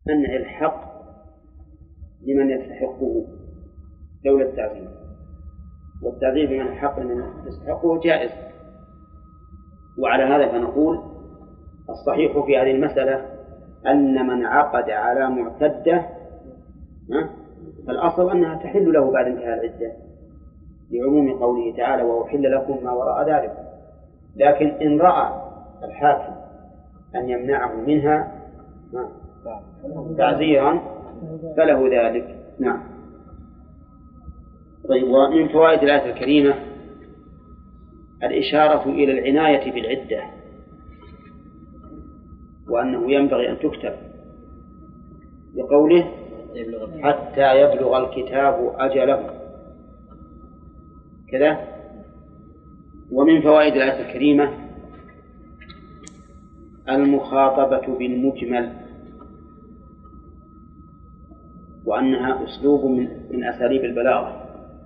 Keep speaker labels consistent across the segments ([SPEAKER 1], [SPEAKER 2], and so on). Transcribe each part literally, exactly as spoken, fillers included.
[SPEAKER 1] منع الحق لمن يستحقه دولة التعذيب، والتعذيب بمنع الحق لمن يستحقه جائز. وعلى هذا فنقول الصحيح في هذه المسألة أن من عقد على معتدة فالأصل أنها تحل له بعد انتهاء العدة لعموم قوله تعالى وأحل لكم ما وراء ذلك. لكن إن رأى الحاكم أن يمنعه منها تعزيرا فله ذلك. نعم. طيب، ومن فوائد الآية الكريمة الإشارة إلى العناية بالعدة، وأنه ينبغي أن تكتب بقوله حتى يبلغ الكتاب أجله كذا. ومن فوائد الآية الكريمة المخاطبة بالمجمل، وأنها أسلوب من, من أساليب البلاغة.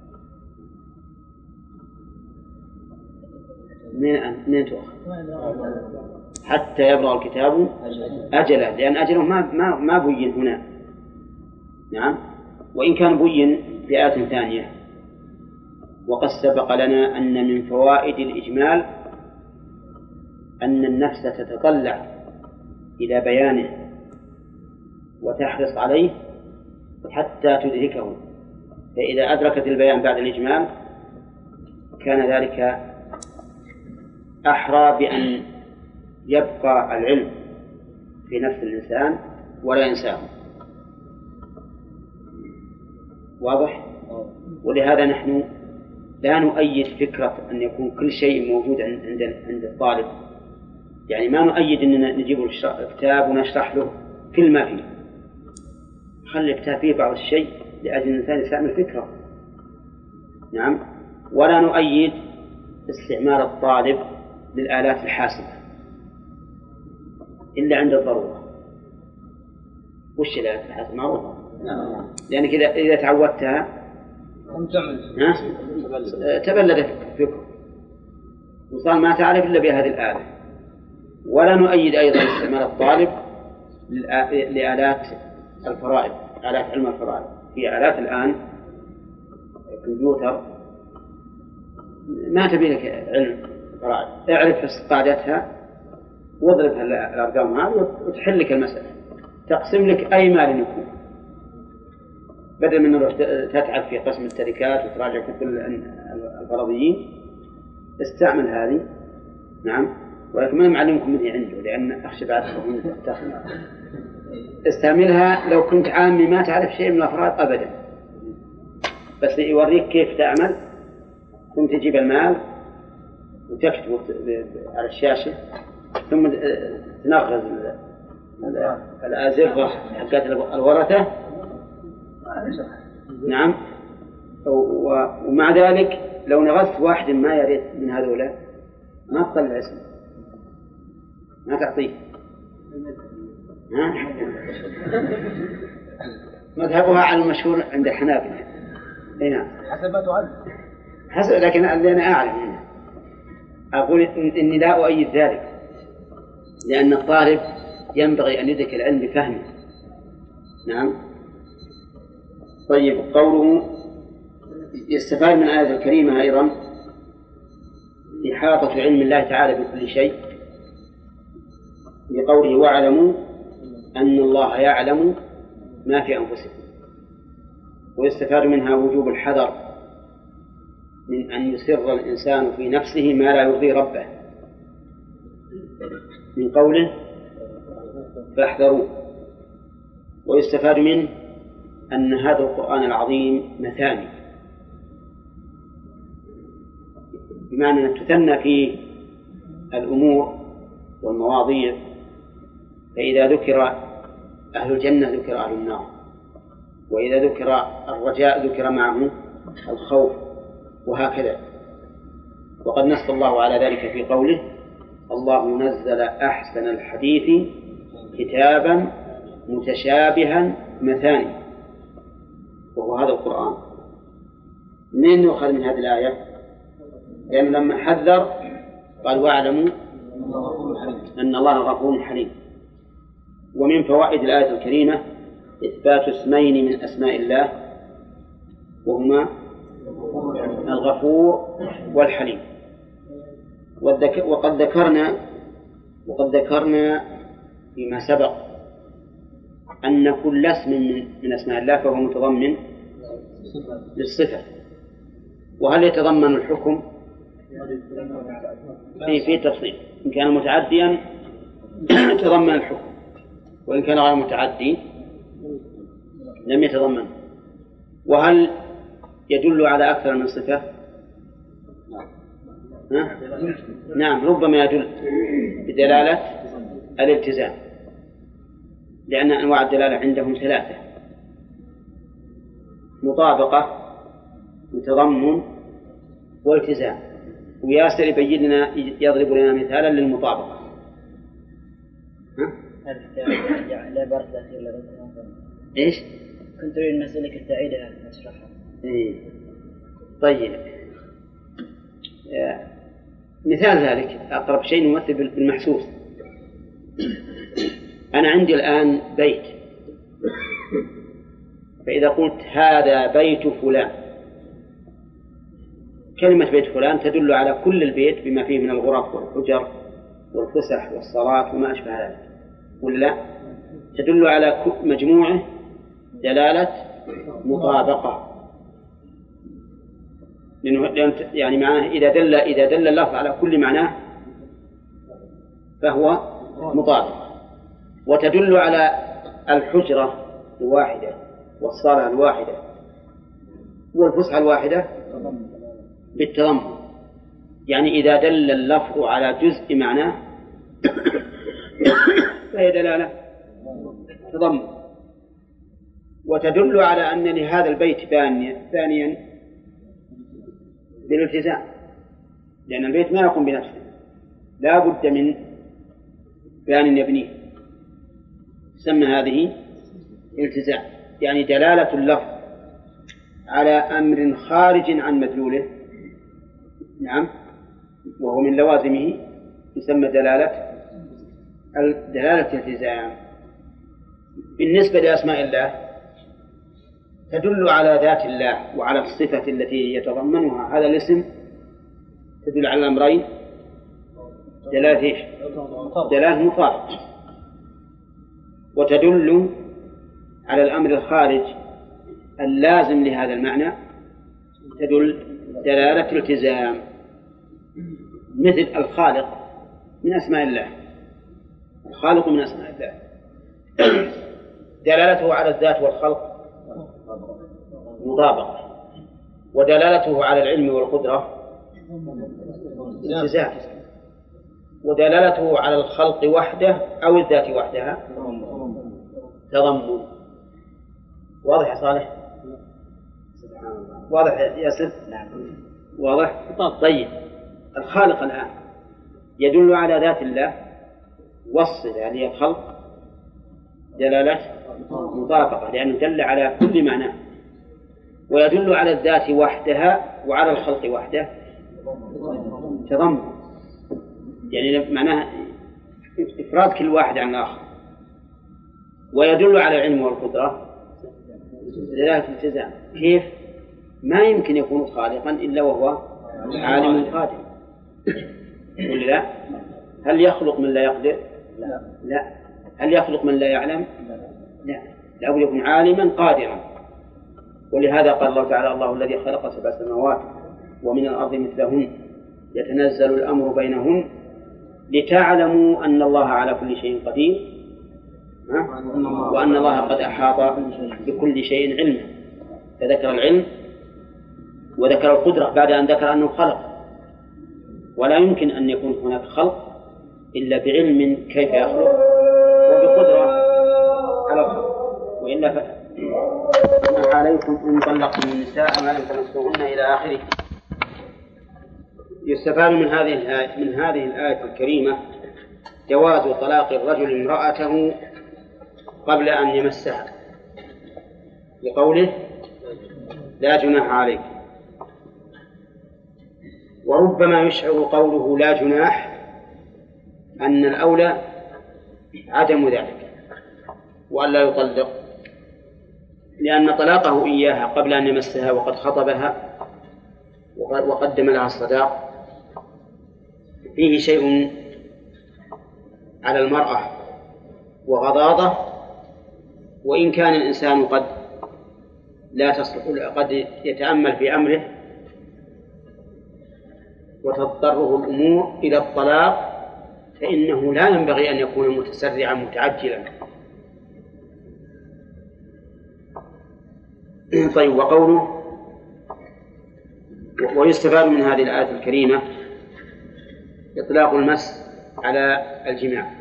[SPEAKER 1] من من تؤخذ حتى يبلغ الكتاب أجله، لأن أجله ما ما ما بين هنا. نعم، وإن كان بين في آية ثانية. وقد سبق لنا أن من فوائد الإجمال أن النفس تتطلع إلى بيانه وتحرص عليه حتى تدركه، فإذا أدركت البيان بعد الإجمال كان ذلك أحرى بأن يبقى العلم في نفس الإنسان ولا ينساه. واضح؟ ولهذا نحن لا نؤيد فكرة أن يكون كل شيء موجود عند عند الطالب، يعني ما نؤيد أننا نجيب الكتاب ونشرح له كل ما فيه، خلي الكتاب فيه بعض الشيء لأجل الإنسان يستعمل فكرة. نعم. ولا نؤيد استعمال الطالب للآلات الحاسبة إلا عند الضرورة. وش الآلات الحاسبة؟ معروفة، لأنك إذا إذا تعودتها تبلد فكر وصار ما تعرف إلا بهذه الآلة. ولا نؤيد أيضا استعمال الطالب لآلات الفرائض، آلات علم الفرائض. في آلات الآن الكمبيوتر ما تبي لك علم فرائض، اعرف قاعدتها واضرب الأرقام هذه وتحل لك المسألة، تقسم لك أي مال يكون، بدل من أن تتعب في قسم التركات وتراجع كتب الفرضيين استعمل هذه. نعم. ولكن ما نعلمكم منه عنده لأن أخشى بعد تخمل. استعملها لو كنت عامي ما تعرف شيء من الأفراد أبدا، بس يوريك كيف تعمل. ثم تجيب المال وتكتبه على الشاشة، ثم تنغز الأزرة حقات الورثة. نعم. ومع ذلك لو نغزت واحد ما يريد من هذولا ما تطلع اسمه، ما تعطيه. مذهبها على المشهور عند الحنابلة. هنا
[SPEAKER 2] حسب ما تعد
[SPEAKER 1] حسب، لكن اللي أنا أعلم هنا أقول إني لا أؤيد ذلك، لأن الطالب ينبغي أن يدرك العلم بفهمه. نعم. طيب، قوله يستفاد من الآية الكريمة أيضا إحاطة علم الله تعالى بكل شيء، بقوله واعلموا أن الله يعلم ما في أنفسكم. ويستفاد منها وجوب الحذر من أن يسر الإنسان في نفسه ما لا يرضي ربه، من قوله فاحذروا. ويستفاد منه أن هذا القرآن العظيم مثاني، بمعنى أن تثنى فيه الأمور والمواضيع، فإذا ذكر أهل الجنة ذكر أهل النار، وإذا ذكر الرجاء ذكر معه الخوف، وهكذا. وقد نص الله على ذلك في قوله الله نزل أحسن الحديث كتابا متشابها مثاني، وهو هذا القرآن. من يؤخذ من هذه الآية؟ لأنه يعني لما حذر قال واعلموا أن الله غفور حليم. ومن فوائد الآية الكريمة إثبات اسمين من أسماء الله وهما الغفور والحليم. وقد ذكرنا وقد ذكرنا فيما سبق أن كل اسم من أسماء الله فهو متضمن للصفة. وهل يتضمن الحكم؟ في في تفصيل. إن كان متعديا يتضمن الحكم، وإن كان غير متعدي لم يتضمن. وهل يدل على أكثر من صفة؟ ها؟ نعم، ربما يدل بدلالة الالتزام، لأن أنواع الدلالة عندهم ثلاثة: مطابقة، وتضمن، والتزام. وياسر يبين لنا يضرب لنا مثالا للمطابقة. ها؟ إيش؟
[SPEAKER 2] كنت أريد أن أسألك التعيدة أشرحها.
[SPEAKER 1] إيه. طيب، مثال ذلك أقرب شيء نمثل بالمحسوس. أنا عندي الآن بيت، فإذا قلت هذا بيت فلان، كلمة بيت فلان تدل على كل البيت بما فيه من الغرف والحجر والفسح والصلاة وما أشبه ذلك، ولا تدل على مجموعة دلالة مطابقة. يعني معناه إذا دل إذا دل اللفظ على كل معناه فهو مطابق. وتدل على الحجرة الواحدة والصلاة الواحدة والفسحة الواحدة بالتضمن. يعني إذا دل اللفظ على جزء معناه فهي دلالة تضمن. وتدل على أن لهذا البيت ثانيا بالالتزام، لأن البيت ما يقوم بنفسه، لا بد من بيان يبنيه. تسمى هذه التزام، يعني دلالة اللفظ على أمر خارج عن مدلوله، نعم، وهو من لوازمه، يسمى دلالة دلالة التزام. بالنسبة لأسماء الله تدل على ذات الله وعلى الصفة التي يتضمنها هذا الاسم، تدل على الأمرين دلالة إيش؟ دلالة مطابقة. وتدل على الأمر الخارج اللازم لهذا المعنى، تدل دلالة التزام، مثل الخالق من أسماء الله. الخالق من أسماء الله دلالته على الذات والخلق مطابقة، ودلالته على العلم والقدرة التزام، ودلالته على الخلق وحده أو الذات وحدها تضمن. واضح يا صالح؟ واضح يا ياسر؟ واضح؟ طيب، الخالق الآن يدل على ذات الله، والصفة يعني الخلق دلالة مطابقة، لأنه دل على كل معنى. ويدل على الذات وحدها وعلى الخلق وحده تضمن، يعني معناه إفراد كل واحد عن الآخر. ويدل على العلم والقدرة دلالة الالتزام. كيف؟ ما يمكن يكون خالقا إلا وهو عالم قادر، ولا لا؟ هل يخلق من لا يقدر؟ لا. لا. هل يخلق من لا يعلم؟ لا. لا بد يكون عالما قادرا. ولهذا قال الله تعالى: الله الذي خلق سبع سماوات ومن الأرض مثلهن يتنزل الأمر بينهن لتعلموا أن الله على كل شيء قدير وأن الله قد أحاط بكل شيء علما. فذكر العلم وذكر القدرة بعد أن ذكر أنه خلق. ولا يمكن أن يكون هناك خلق إلا بعلم كيف يخلق وبقدرة على الخلق، وإلا فتح عليكم إن طلقتم النساء ما لم تمسوهن إلى آخره. يستفاد من هذه الآية من هذه الآية الكريمة جواز طلاق الرجل امرأته قبل أن يمسها، لقوله: لا جناح عليكم. وربما يشعر قوله لا جناح أن الأولى عدم ذلك وأن لا يطلق، لأن طلاقه إياها قبل أن يمسها وقد خطبها وقدم لها الصداق فيه شيء على المرأة وغضاضة، وإن كان الإنسان قد لا تصلح، قد يتأمل في أمره وتضطره الأمور إلى الطلاق، فإنه لا ينبغي أن يكون متسرعا متعجلا. طيب، وقوله ويستفاد من هذه الآية الكريمة إطلاق المس على الجماع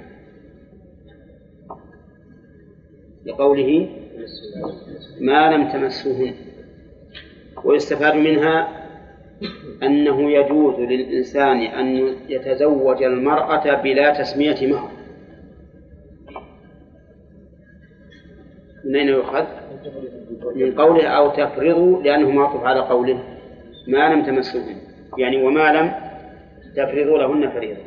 [SPEAKER 1] لقوله ما لم تمسوهن. ويستفاد منها أنه يجوز للإنسان أن يتزوج المرأة بلا تسمية مهر. من أين يؤخذ؟ من قوله أو تفرضوا، لأنه معطوف على قوله ما لم تمسوهن، يعني وما لم تفرضوا لهن فريضة.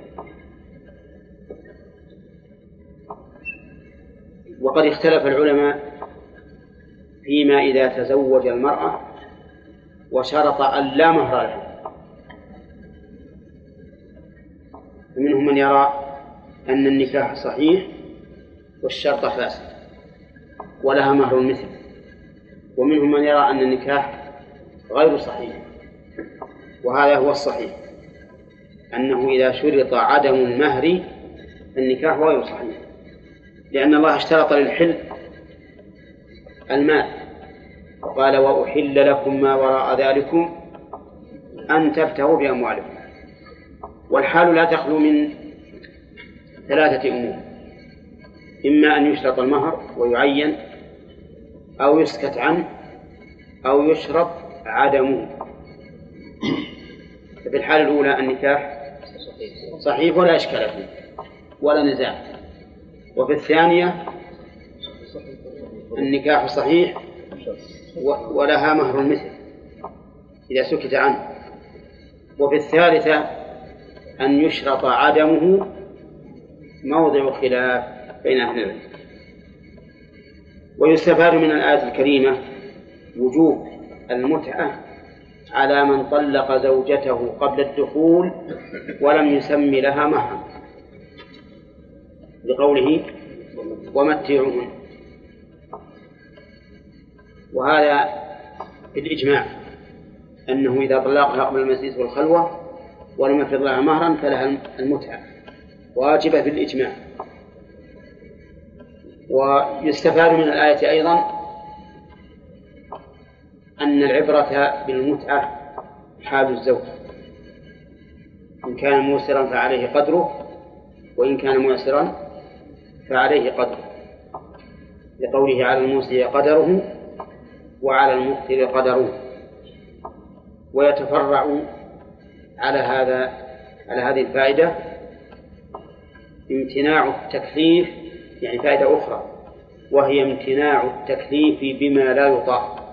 [SPEAKER 1] وقد اختلف العلماء فيما إذا تزوج المرأة وشرط أن لا مهر لها، فمنهم من يرى أن النكاح صحيح والشرط فاسد ولها مهر مثل، ومنهم من يرى أن النكاح غير صحيح، وهذا هو الصحيح، أنه إذا شرط عدم المهر النكاح غير صحيح، لأن الله اشترط للحل المال، وقال وأحل لكم ما وراء ذلكم أن تبتغوا بأموالكم. والحال لا تخلو من ثلاثة أمور: إما أن يشرط المهر ويعين، أو يسكت عنه، أو يشرط عدمه. في الحالة الأولى النكاح صحيح ولا إشكال فيه ولا نزاع، وفي الثانية النكاح صحيح ولها مهر المثل إذا سكت عنه، وفي الثالثة أن يشرط عدمه موضع خلاف بين أهل العلم. ويستفاد من الآية الكريمة وجوب المتعة على من طلق زوجته قبل الدخول ولم يسمي لها مهرا، لقوله ومتعوهن، وهذا بالإجماع أنه إذا طلقها قبل المسيس والخلوة ولم يفرض لها مهرا فلها المتعة واجبة بالإجماع. ويستفاد من الآية أيضا أن العبرة بالمتعة حال الزوج، إن كان موسرا فعليه قدره، وإن كان معسرا فعليه قدره، لقوله على الموسر قدره وعلى المقتر قدره. ويتفرع على هذا على هذه الفائدة امتناع التكليف، يعني فائدة أخرى، وهي امتناع التكليف بما لا يطاق.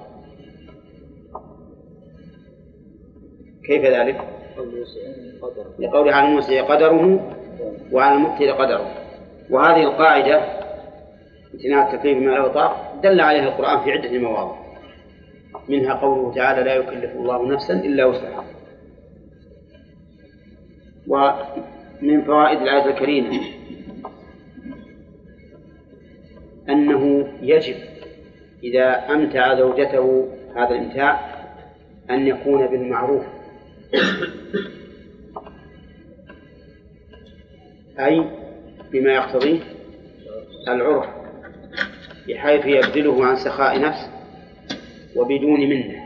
[SPEAKER 1] كيف ذلك؟ لقوله على الموسع قدره وعلى المقتر قدره. وهذه القاعدة امتناع التكليف بما لا يطاق دل عليها القرآن في عدة مواضع، منها قوله تعالى لا يكلف الله نفسا إلا وسعها. ومن فوائد الآية الكريمة أنه يجب إذا أمتع زوجته هذا الإمتاع أن يكون بالمعروف، أي بما يقتضيه العرف، بحيث يبذله عن سخاء نفس وبدون منه،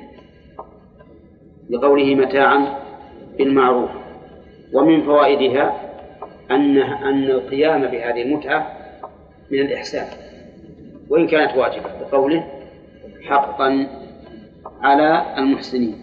[SPEAKER 1] لقوله متاعا بالمعروف. ومن فوائدها أن أن القيام بهذه المتعة من الإحسان وإن كانت واجبة، بقوله حقا على المحسنين.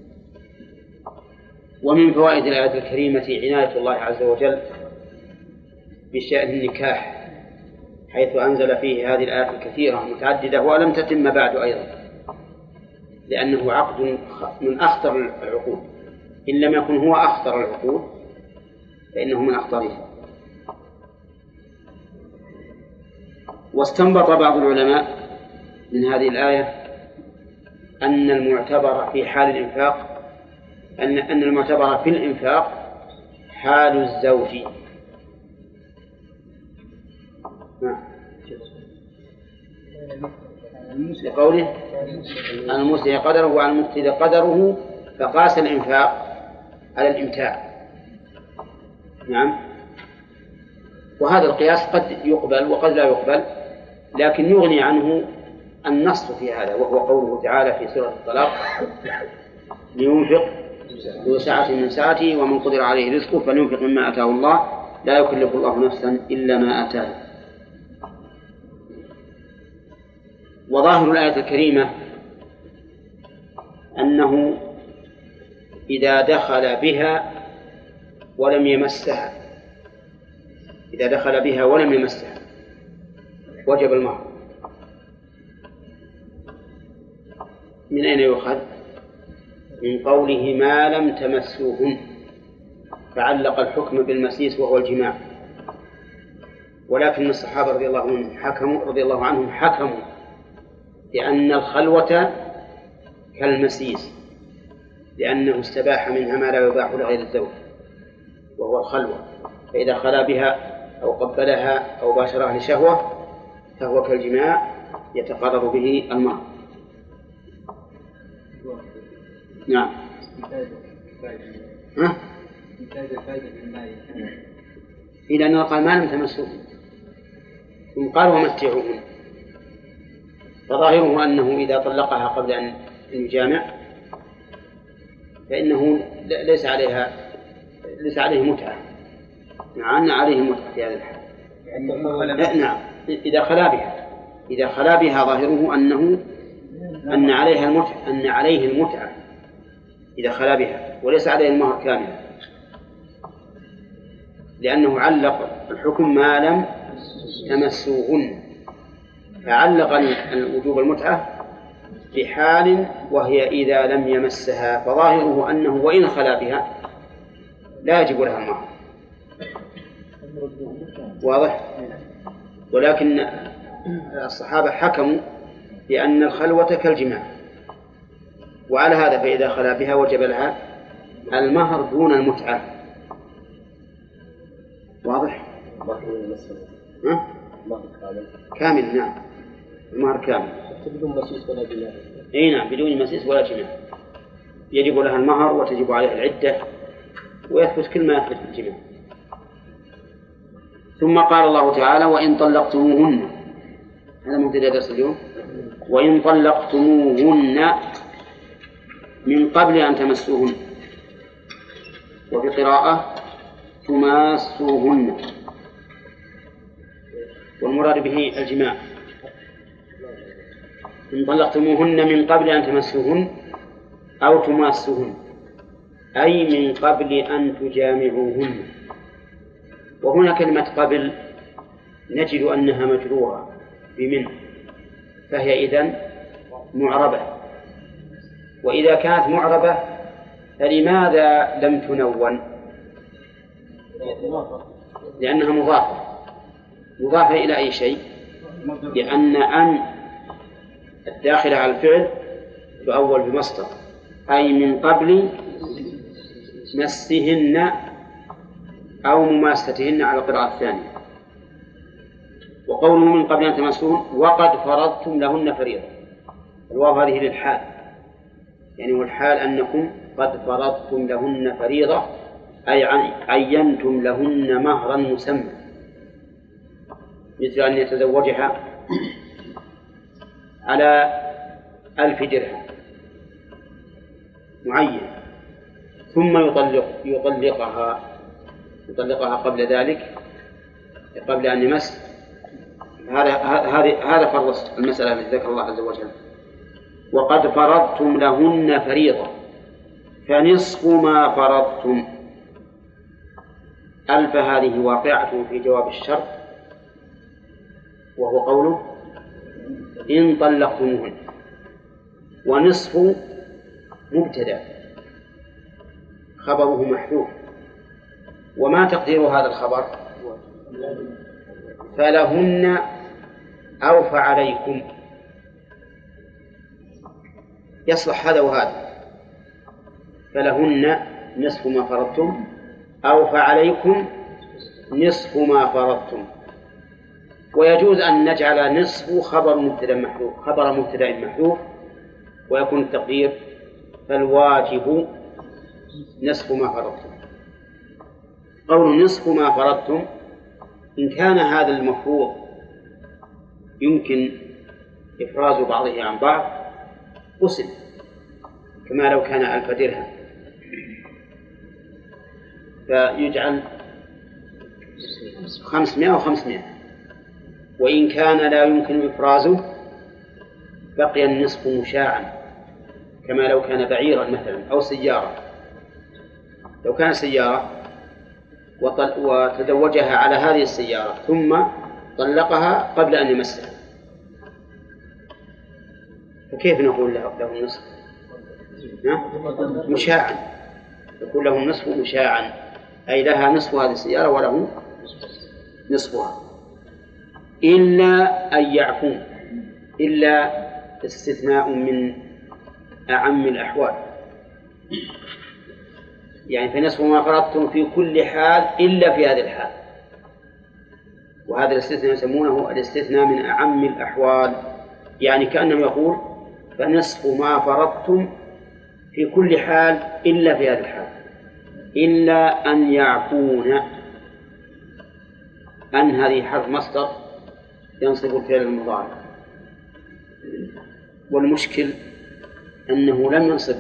[SPEAKER 1] ومن فوائد الآية الكريمة عناية الله عز وجل بشأن النكاح، حيث أنزل فيه هذه الآيات الكثيرة متعددة ولم تتم بعد أيضا، لأنه عقد من أخطر العقود، إن لم يكن هو أخطر العقود فإنه من أخطرها. واستنبط بعض العلماء من هذه الآية أن المعتبر في حال الإنفاق أن أن المعتبر في الإنفاق حال الزوج. لقوله المسلم قدره وعلى المقتدر قدره، فقاس الإنفاق على الإمتاع. نعم. وهذا القياس قد يقبل وقد لا يقبل، لكن يغني عنه النص في هذا، وهو قوله تعالى في سورة الطلاق: لينفق ذو سعة من سعته ومن قدر عليه رزقه فلينفق مما آتاه الله لا يكلف الله نفسا إلا ما آتاه. وظاهر الآية الكريمة أنه إذا دخل بها ولم يمسها إذا دخل بها ولم يمسها وجب المهر. من أين يؤخذ؟ من قوله ما لم تمسوهن، فعلق الحكم بالمسيس وهو الجماع. ولكن الصحابة رضي الله عنهم حكموا رضي الله عنهم حكموا لأن الخلوة كالمسيس، لأنه استباح منها ما لا يباح لغير الزوج وهو الخلوة، فإذا خلا بها أو قبلها أو باشرها لشهوة فهو كالجماع يتقرر به المهر. نعم. ها؟ إلى أنه قال ما لم تمسوه، ثم قال ومتعوهن، فظاهره أنه إذا طلقها قبل أن يجامع فإنه ليس عليها ليس عليه متعة، مع أن عليه متعة في هذا الحال. نعم. إذا خلا بها إذا خلا بها ظاهره أنه أن عليها المتعة أن عليه المتعة إذا خلا بها، وليس عليه المهر كاملا، لأنه علق الحكم ما لم تمسوهن، فعلق الوجوب المتعة في حال وهي إذا لم يمسها، فظاهره أنه وإن خلا بها لا يجب لها المهر. واضح؟ ولكن الصحابة حكموا بأن الخلوة كالجماع، وعلى هذا فإذا خلا بها وجب لها المهر دون المتعة. واضح؟ ها؟ كامل. نعم، المهر كامل
[SPEAKER 3] بدون مسيس ولا جماع.
[SPEAKER 1] اي نعم، بدون مسيس ولا جماع، يجب لها المهر وتجب عليها العدة ويثبت كل ما يثبت الجماع. ثم قال الله تعالى وإن طلقتموهن، هذا مبتدأ درس اليوم، وإن طلقتموهن من قبل أن تمسوهن، وفي قراءة تماسوهن، والمراد به الجماع. إن طلقتموهن من قبل أن تمسوهن أو تماسوهن، أي من قبل أن تجامعوهن. وهنا كلمة قبل نجد أنها مجرورة بمن، فهي إذن معربة. وإذا كانت معربة فلماذا لم تنون؟ لأنها مضافة مضافة إلى أي شيء؟ لأن أن الداخلة على الفعل تؤول بمصدر، أي من قبل مسهن أو مماستهن على القراءة الثانية. وقوله من قبل أن تمسوهن وقد فرضتم لهن فريضة، الواو هذه للحال، يعني والحال أنكم قد فرضتم لهن فريضة، أي عينتم لهن مهرا مسمى، مثل أن يتزوجها على ألف درهم معين ثم يطلق يطلقها يطلقها قبل ذلك قبل أن يمس. هذا هذا هذا فرض المسألة التي ذكر الله عز وجل. وقد فرضتم لهن فريضة فنصف ما فرضتم. ألف هذه واقعة في جواب الشرط، وهو قوله إن طلقتموهن، ونصف مبتدأ خبره محذوف. وما تقدير هذا الخبر؟ فلهن أو فعليكم. يصلح هذا وهذا، فلهن نصف ما فرضتم أو فعليكم نصف ما فرضتم. ويجوز أن نجعل نصف خبر مبتدأ محذوف خبر مبتدأ محذوف ويكون التقدير فالواجب نصف ما فرضتم. قول نصف ما فرضتم إن كان هذا المفروض يمكن إفراز بعضه عن بعض قسم، كما لو كان ألف درهم فيجعل خمسمائة وخمسمائة، وإن كان لا يمكن إفرازه بقي النصف مشاعا، كما لو كان بعيرا مثلا أو سيارة. لو كان سيارة وتزوجها على هذه السيارة ثم طلقها قبل أن يمسها، فكيف نقول له, له النصف؟ مشاعا، يقول له النصف مشاعا، أي لها نصف هذه السيارة وله نصفها، إلا أن يعفون، إلا استثناء من أعم الأحوال، يعني فنصف ما فرضتم في كل حال إلا في هذه الحال، وهذا الاستثناء يسمونه الاستثناء من أعم الأحوال، يعني كأنه يقول فنصف ما فرضتم في كل حال إلا في هذه الحال، إلا أن يعفون. أن هذه حرف مصدر ينصب الفعل المضارع، والمشكل أنه لم ينصب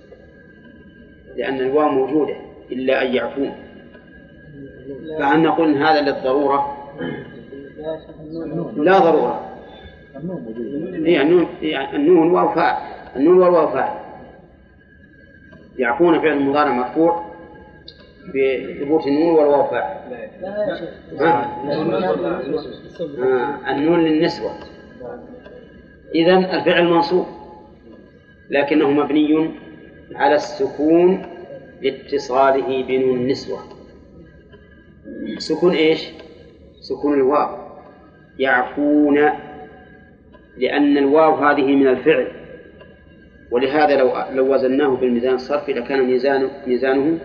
[SPEAKER 1] لأن الواو موجودة إلا أن يعفون، فهل نقول إن هذا للضرورة؟ لا ضرورة. هي النون النون واو فاعل، النون والواو فاعل، يعفون فعل المضارع مرفوع بثبوت النون والواو فاعل. النون للنسوة، إذن الفعل منصوب لكنه مبني على السكون لاتصاله بنون النسوة. سكون إيش؟ سكون الواو، يعفون، لأن الواو هذه من الفعل، ولهذا لو لو وزناه بالميزان الصرفي لكان ميزانه ميزانه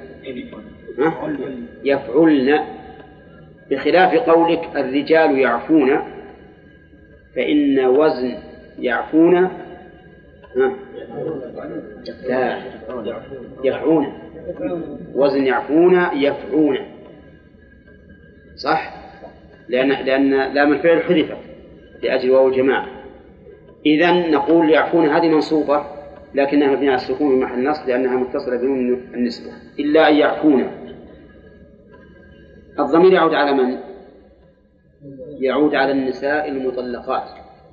[SPEAKER 1] يفعلن، بخلاف قولك الرجال يعفون، فإن وزن يعفون لا يفعون، وزن يعفون يفعون، صح؟ لأن لأن لام الفعل حذفت لأجل واو الجماعة. إذن نقول يعفون هذه منصوبة لكنها مبنية على السكون في محل نصب لأنها متصلة بنون النسبة، إلا أن يعفون. الضمير يعود على من؟ يعود على النساء المطلقات،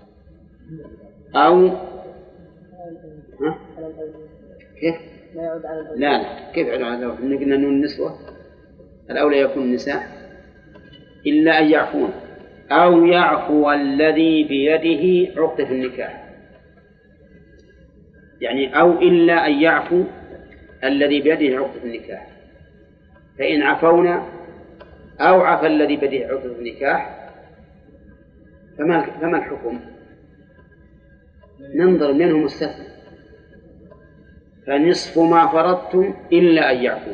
[SPEAKER 1] أو ها؟ كيف؟ لا لا كيف يعود على الأولى؟ إن قلنا نون النسوة الأولى يكون النساء، إلا أن يعفون، أو يعفو الذي بيده عقدة النكاح، يعني أو إلا أن يعفو الذي بيده عقدة النكاح، فإن عفونا أو عفى الذي بيده عقدة النكاح فما فما الحكم؟ ننظر منهم مستثنى، فنصف ما فرضتم إلا أن يعفو،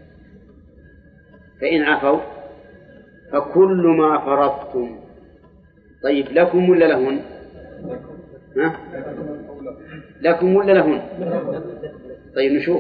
[SPEAKER 1] فإن عفوا فكل ما فرضتم. طيب لكم ولا لهن؟ ها؟ لكم ولا لهن؟ طيب نشوف،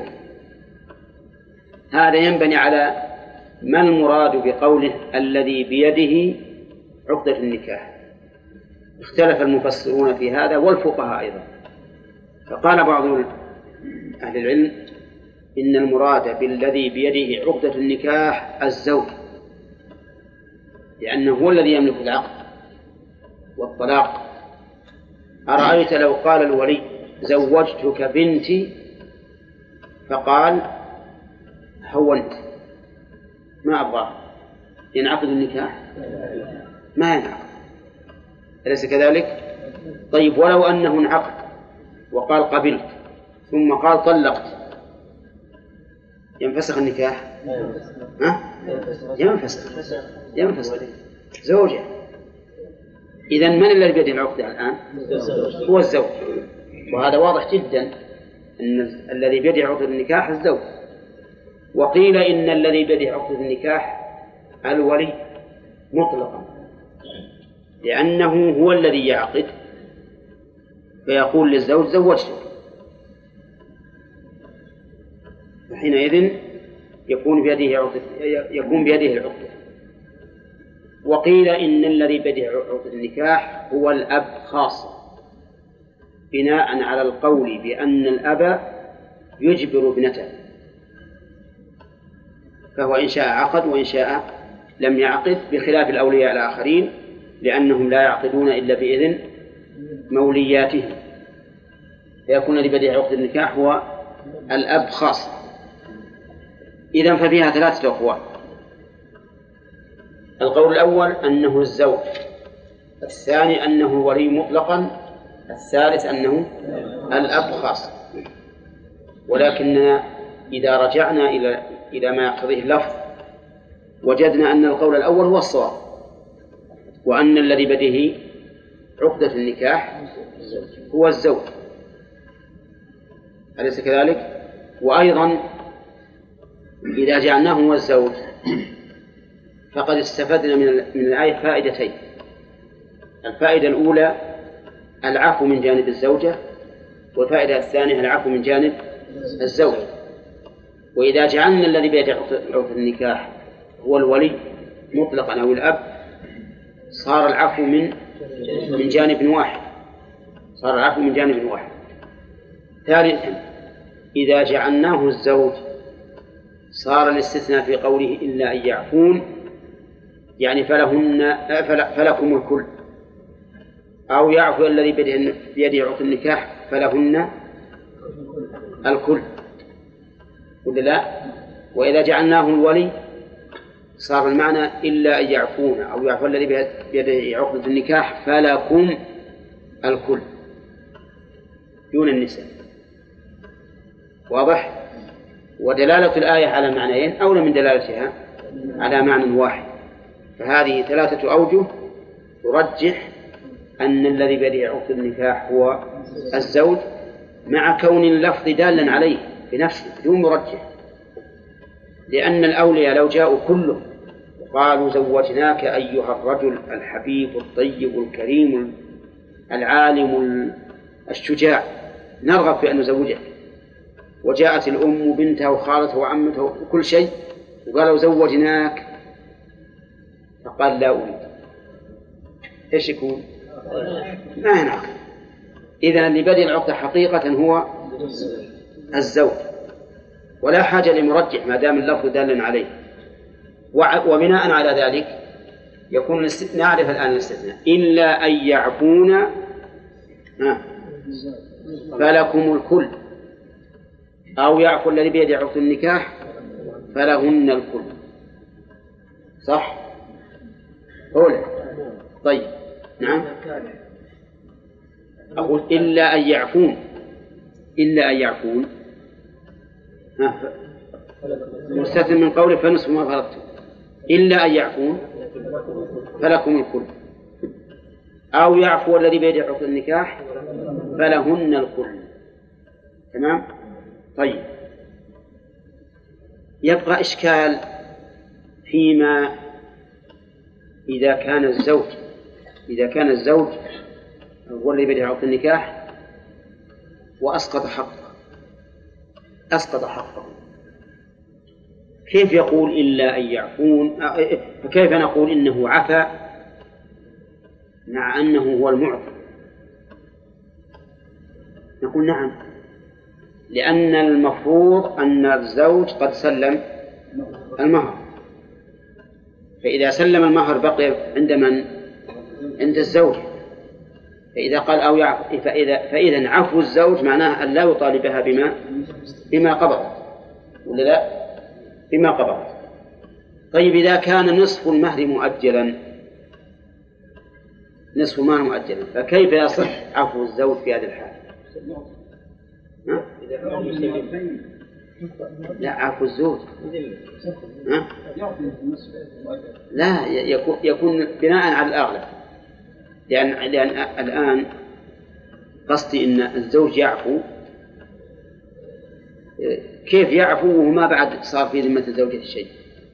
[SPEAKER 1] هذا ينبني على ما المراد بقوله الذي بيده عقدة النكاح. اختلف المفسرون في هذا والفقهاء أيضا، فقال بعض أهل العلم إن المراد بالذي بيده عقدة النكاح الزوج، لأنه هو الذي يملك العقد والطلاق. أرأيت لو قال الولي زوجتك بنتي فقال هونت ما أبغاه، ينعقد النكاح؟ ما ينعقد، أليس كذلك؟ طيب ولو أنه انعقد وقال قبلت ثم قال طلقت، ينفسخ النكاح؟ ها؟ ينفسخ ينفسخ زوجة. إذن من الذي بيده العقدة الآن؟ هو الزوج، وهذا واضح جدا أن الذي بيده عقد النكاح الزوج، وقيل إن الذي بيده عقد النكاح الولي مطلقا، لأنه هو الذي يعقد فيقول للزوج زوجتك، فحينئذ يكون بيده عقد يكون بيده العقد. وقيل إن الذي بيده عقد النكاح هو الأب خاصة، بناء على القول بأن الأب يجبر ابنته، فهو إن شاء عقد وإن شاء لم يعقد، بخلاف الأولياء الآخرين لأنهم لا يعقدون إلا بإذن مولياتهم، فيكون لبديع عقد النكاح هو الأب خاصة. إذن ففيها ثلاثة أقوال: القول الأول أنه الزوج، الثاني أنه الولي مطلقا، الثالث أنه الأب خاصة. ولكننا إذا رجعنا إلى إلى ما يقتضيه اللفظ وجدنا أن القول الأول هو الصواب، وأن الذي بده عقدة النكاح هو الزوج، أليس كذلك؟ وأيضا إذا جعلناه هو الزوج فقد استفدنا من من الآية فائدتين: الفائدة الأولى العفو من جانب الزوجة، والفائدة الثانية العفو من جانب الزوج. وإذا جعلنا الذي بيده عقد النكاح هو الولي مطلقا أو الأب صار العفو من من جانب واحد، صار العفو من جانب واحد. ثالثا إذا جعلناه الزوج صار الاستثناء في قوله إلا أن يعفون، يعني فلهن فلكم الكل، أو يعفو الذي بيده عقد النكاح فلهن الكل، ولا لا؟ وإذا جعلناه الولي صار المعنى إلا أن يعفون، أو يعفو الذي بيده عقد النكاح فلكم الكل دون النساء. واضح؟ ودلالة الآية على معنيين أولى من دلالتها على معنى واحد، فهذه ثلاثة أوجه ترجح أن الذي بيده عقد النكاح هو الزوج، مع كون اللفظ دالا عليه بنفسه بدون مرجح، لأن الأولياء لو جاءوا كلهم قالوا زوجناك أيها الرجل الحبيب الطيب الكريم العالم الشجاع نرغب في أن نزوجك، وجاءت الأم وبنتها وخالتها وعمتها وكل شيء وقالوا زوجناك، فقال لا أريد، إيش يكون؟ ما ينعقد. إذا اللي بدأ العقد حقيقة هو الزوج، ولا حاجة لمرجح ما دام اللفظ دالا عليه. وبناء على ذلك يكون الاستثناء، نعرف الآن الاستثناء: إلا أن يعفون فلكم الكل، أو يعفو الذي بيده عقد النكاح فلهن الكل. صح؟ أولى. طيب نعم، أقول إلا أن يعفون، إلا أن يعفون مستثنى من قوله فنصف ما فرضتم، إلا أن يعفون فلكم الكل، أو يعفو الذي بيده عقد النكاح فلهن الكل. تمام؟ طيب، يبقى إشكال فيما إذا كان الزوج إذا كان الزوج هو الذي بيده عقد النكاح وأسقط حقه أسقط حقه كيف يقول إلا أن يعفون؟ فكيف نقول إنه عفا مع أنه هو المعطي؟ نقول نعم، لأن المفروض أن الزوج قد سلم المهر، فإذا سلم المهر بقي عند من؟ عند الزوج. فإذا قال أو يعفو فإذا فإذا عفو الزوج معناه أن لا يطالبها بما بما قبض، ولا لا؟ بما قبض. طيب إذا كان نصف المهر مؤجلا نصف المهر مؤجلا فكيف يصح عفو الزوج في هذه الحالة؟ ها؟ لا، عفو الزوج ها؟ لا، يكون يكون بناء على الأغلب، لأن لأن الآن قصدي إن الزوج يعفو كيف يعفو وهو ما بعد صار في ذمة الزوجة شيء؟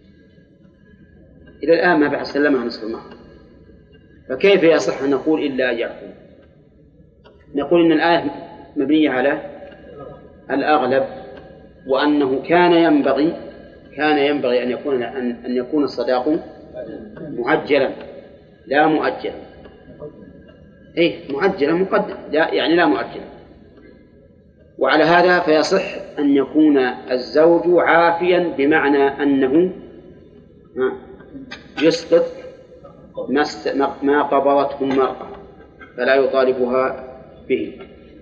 [SPEAKER 1] إلى الآن ما بعد سلمها نصف المهر، فكيف يصح أن نقول إلا يعفو؟ نقول إن الآية مبنية على الأغلب، وأنه كان ينبغي كان ينبغي أن يكون أن يكون الصداق معجلا لا مؤجلا. إيه معجلا مقدم لا يعني لا مؤجلا. وعلى هذا فيصح أن يكون الزوج عافيا بمعنى أنه يسقط ما قبضته المرأة فلا يطالبها به.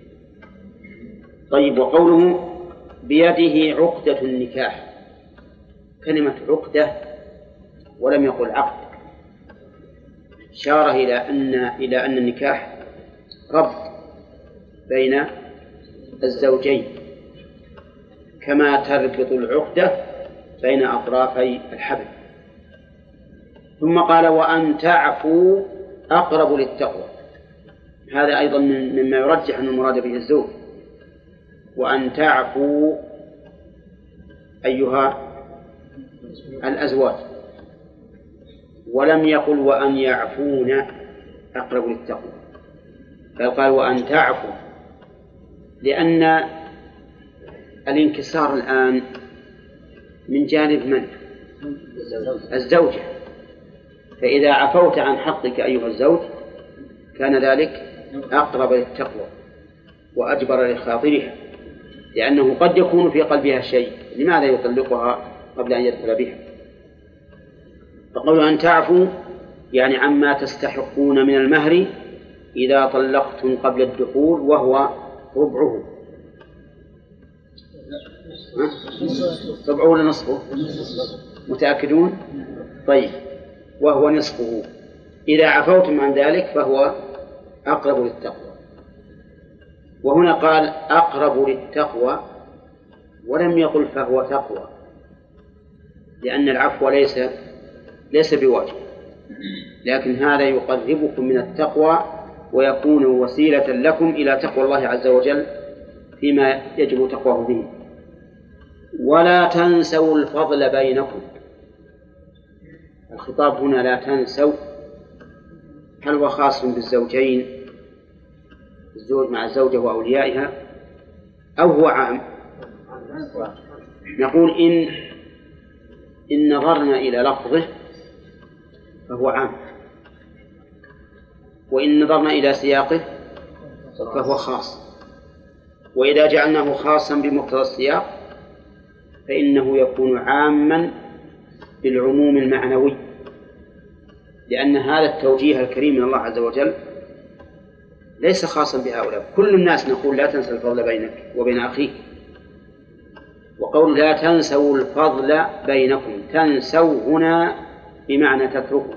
[SPEAKER 1] طيب، وقوله بيده عقدة النكاح، كلمة عقدة ولم يقل عقد، إشارة إلى أن إلى أن النكاح ربط بين الزوجين كما تربط العقدة بين أطرافي الحبل. ثم قال وأن تعفوا أقرب للتقوى، هذا أيضا مما يرجح أن المراد به الزوج. وأن تعفوا أيها الأزواج، ولم يقل وأن يعفون أقرب للتقوى، بل قال وأن تعفوا، لأن الانكسار الآن من جانب من؟ الزوجة. فإذا عفوت عن حقك أيها الزوج كان ذلك أقرب للتقوى وأجبر لخاطرها، لأنه قد يكون في قلبها شيء، لماذا يطلقها قبل أن يدخل بها؟ فقولوا أن تعفوا يعني عما تستحقون من المهر إذا طلقتم قبل الدخول، وهو ربعه. ربعه ولا نصفه؟ متأكدون؟ طيب، وهو نصفه. إذا عفوتم عن ذلك فهو أقرب للتقوى. وهنا قال أقرب للتقوى ولم يقل فهو تقوى، لأن العفو ليس ليس بواجب، لكن هذا يقربكم من التقوى ويكون وسيلة لكم إلى تقوى الله عز وجل فيما يجب تقواه به. ولا تنسوا الفضل بينكم، الخطاب هنا لا تنسوا، هل هو خاص بالزوجين، الزوج مع الزوجة وأوليائها، أو هو عام؟ نقول إن إن نظرنا إلى لفظه فهو عام، وإن نظرنا إلى سياقه فهو خاص. وإذا جعلناه خاصا بمقتضى السياق فإنه يكون عاما بالعموم المعنوي، لأن هذا التوجيه الكريم من الله عز وجل ليس خاصا بهؤلاء. كل الناس نقول لا تنسى الفضل بينك وبين أخيك. وقول لا تنسوا الفضل بينكم، تنسوا هنا بمعنى تتركوا،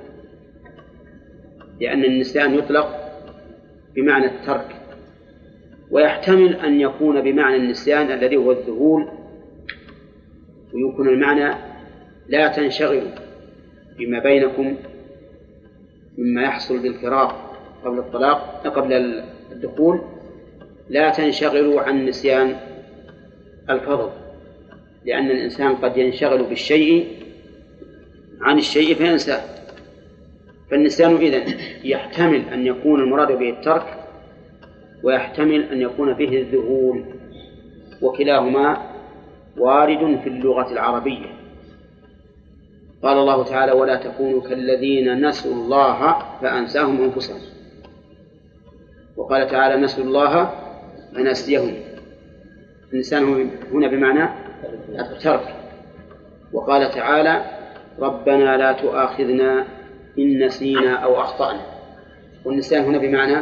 [SPEAKER 1] لأن النسيان يطلق بمعنى الترك، ويحتمل أن يكون بمعنى النسيان الذي هو الذهول، ويكون المعنى لا تنشغلوا بما بينكم مما يحصل بالفراق قبل الطلاق قبل الدخول، لا تنشغلوا عن نسيان الفضل، لأن الإنسان قد ينشغل بالشيء عن الشيء فينساه. فالنسيان إذن يحتمل أن يكون المراد به الترك، ويحتمل أن يكون به الذهول، وكلاهما وارد في اللغة العربية. قال الله تعالى ولا تكونوا كالذين نسوا الله فأنساهم أنفسهم، وقال تعالى نسوا الله فنسيهم. الإنسان هنا بمعنى الترك. وقال تعالى ربنا لا تؤاخذنا إن نسينا أو أخطأنا، والنسيان هنا بمعنى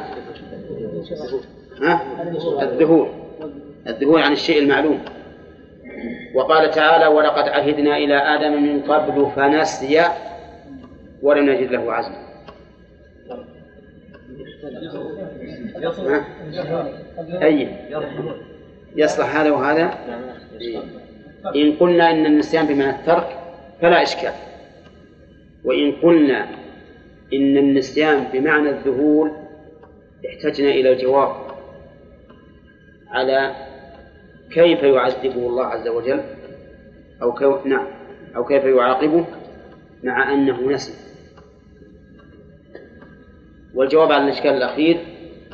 [SPEAKER 1] الذهول، الذهول عن الشيء المعلوم. وقال تعالى ولقد عهدنا إلى آدم من قبل فنسي ولم نجد له عزما. أي يصلح هذا وهذا. إن قلنا إن النسيان بمعنى الترك فلا إشكال، وإن قلنا إن النسيان بمعنى الذهول احتجنا إلى الجواب على كيف يعذبه الله عز وجل أو كيف نعم أو كيف يعاقبه مع أنه نسي. والجواب على الإشكال الأخير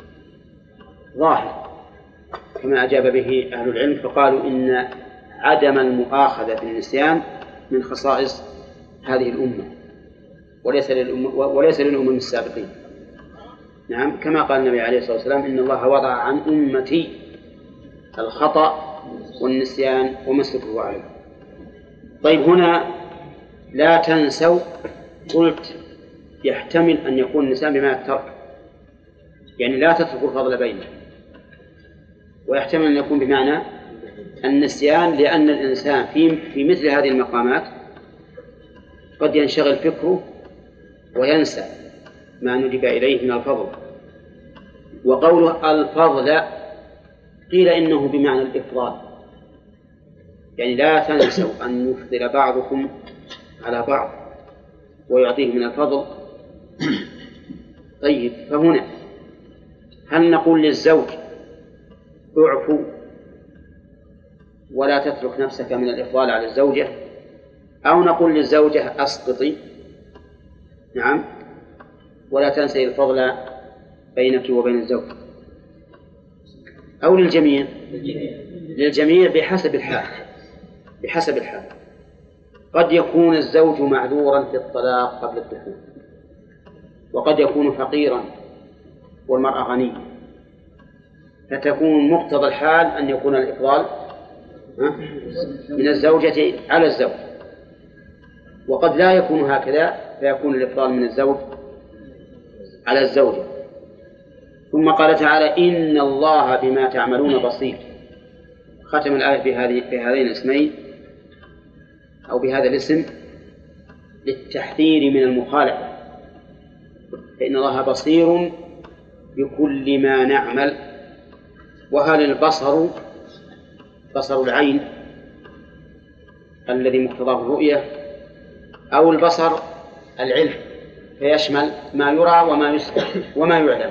[SPEAKER 1] ظاهر كما أجاب به أهل العلم، فقالوا إن عدم المؤاخذة بالنسيان من خصائص هذه الأمة وليس للأمة وليس للأمم السابقين. نعم، كما قال النبي عليه الصلاة والسلام إن الله وضع عن أمتي الخطأ والنسيان وما استكرهوا عليه. طيب، هنا لا تنسوا، قلت يحتمل أن يكون النسيان بمعنى الترك، يعني لا تتركوا الفضل بينه، ويحتمل أن يكون بمعنى النسيان، لأن الإنسان في في مثل هذه المقامات قد ينشغل فكره وينسى ما ندب إليه من الفضل. وقوله الفضل قيل إنه بمعنى الإفضال، يعني لا تنسوا أن يفضل بعضكم على بعض ويعطيه من الفضل. طيب، فهنا هل نقول للزوج اعفو ولا تترك نفسك من الإفضال على الزوجة، أو نقول للزوجة أسقطي نعم ولا تنسي الفضل بينك وبين الزوج، أو للجميع؟ للجميع بحسب الحال. بحسب الحال قد يكون الزوج معذورا في الطلاق قبل الدخول، وقد يكون فقيرا والمرأة غنية، فتكون مقتضى الحال أن يكون الإفضال من الزوجة على الزوج، وقد لا يكون هكذا فيكون الإفضال من الزوج على الزوجة. ثم قال تعالى إن الله بما تعملون بصير. ختم الآية بهذه بهذين الاسمين أو بهذا الاسم للتحذير من المخالفة، فإن الله بصير بكل ما نعمل. وهل البصر بصر العين الذي مقتضاه الرؤية، أو البصر العلم فيشمل ما يرى وما يسمع وما يعلم؟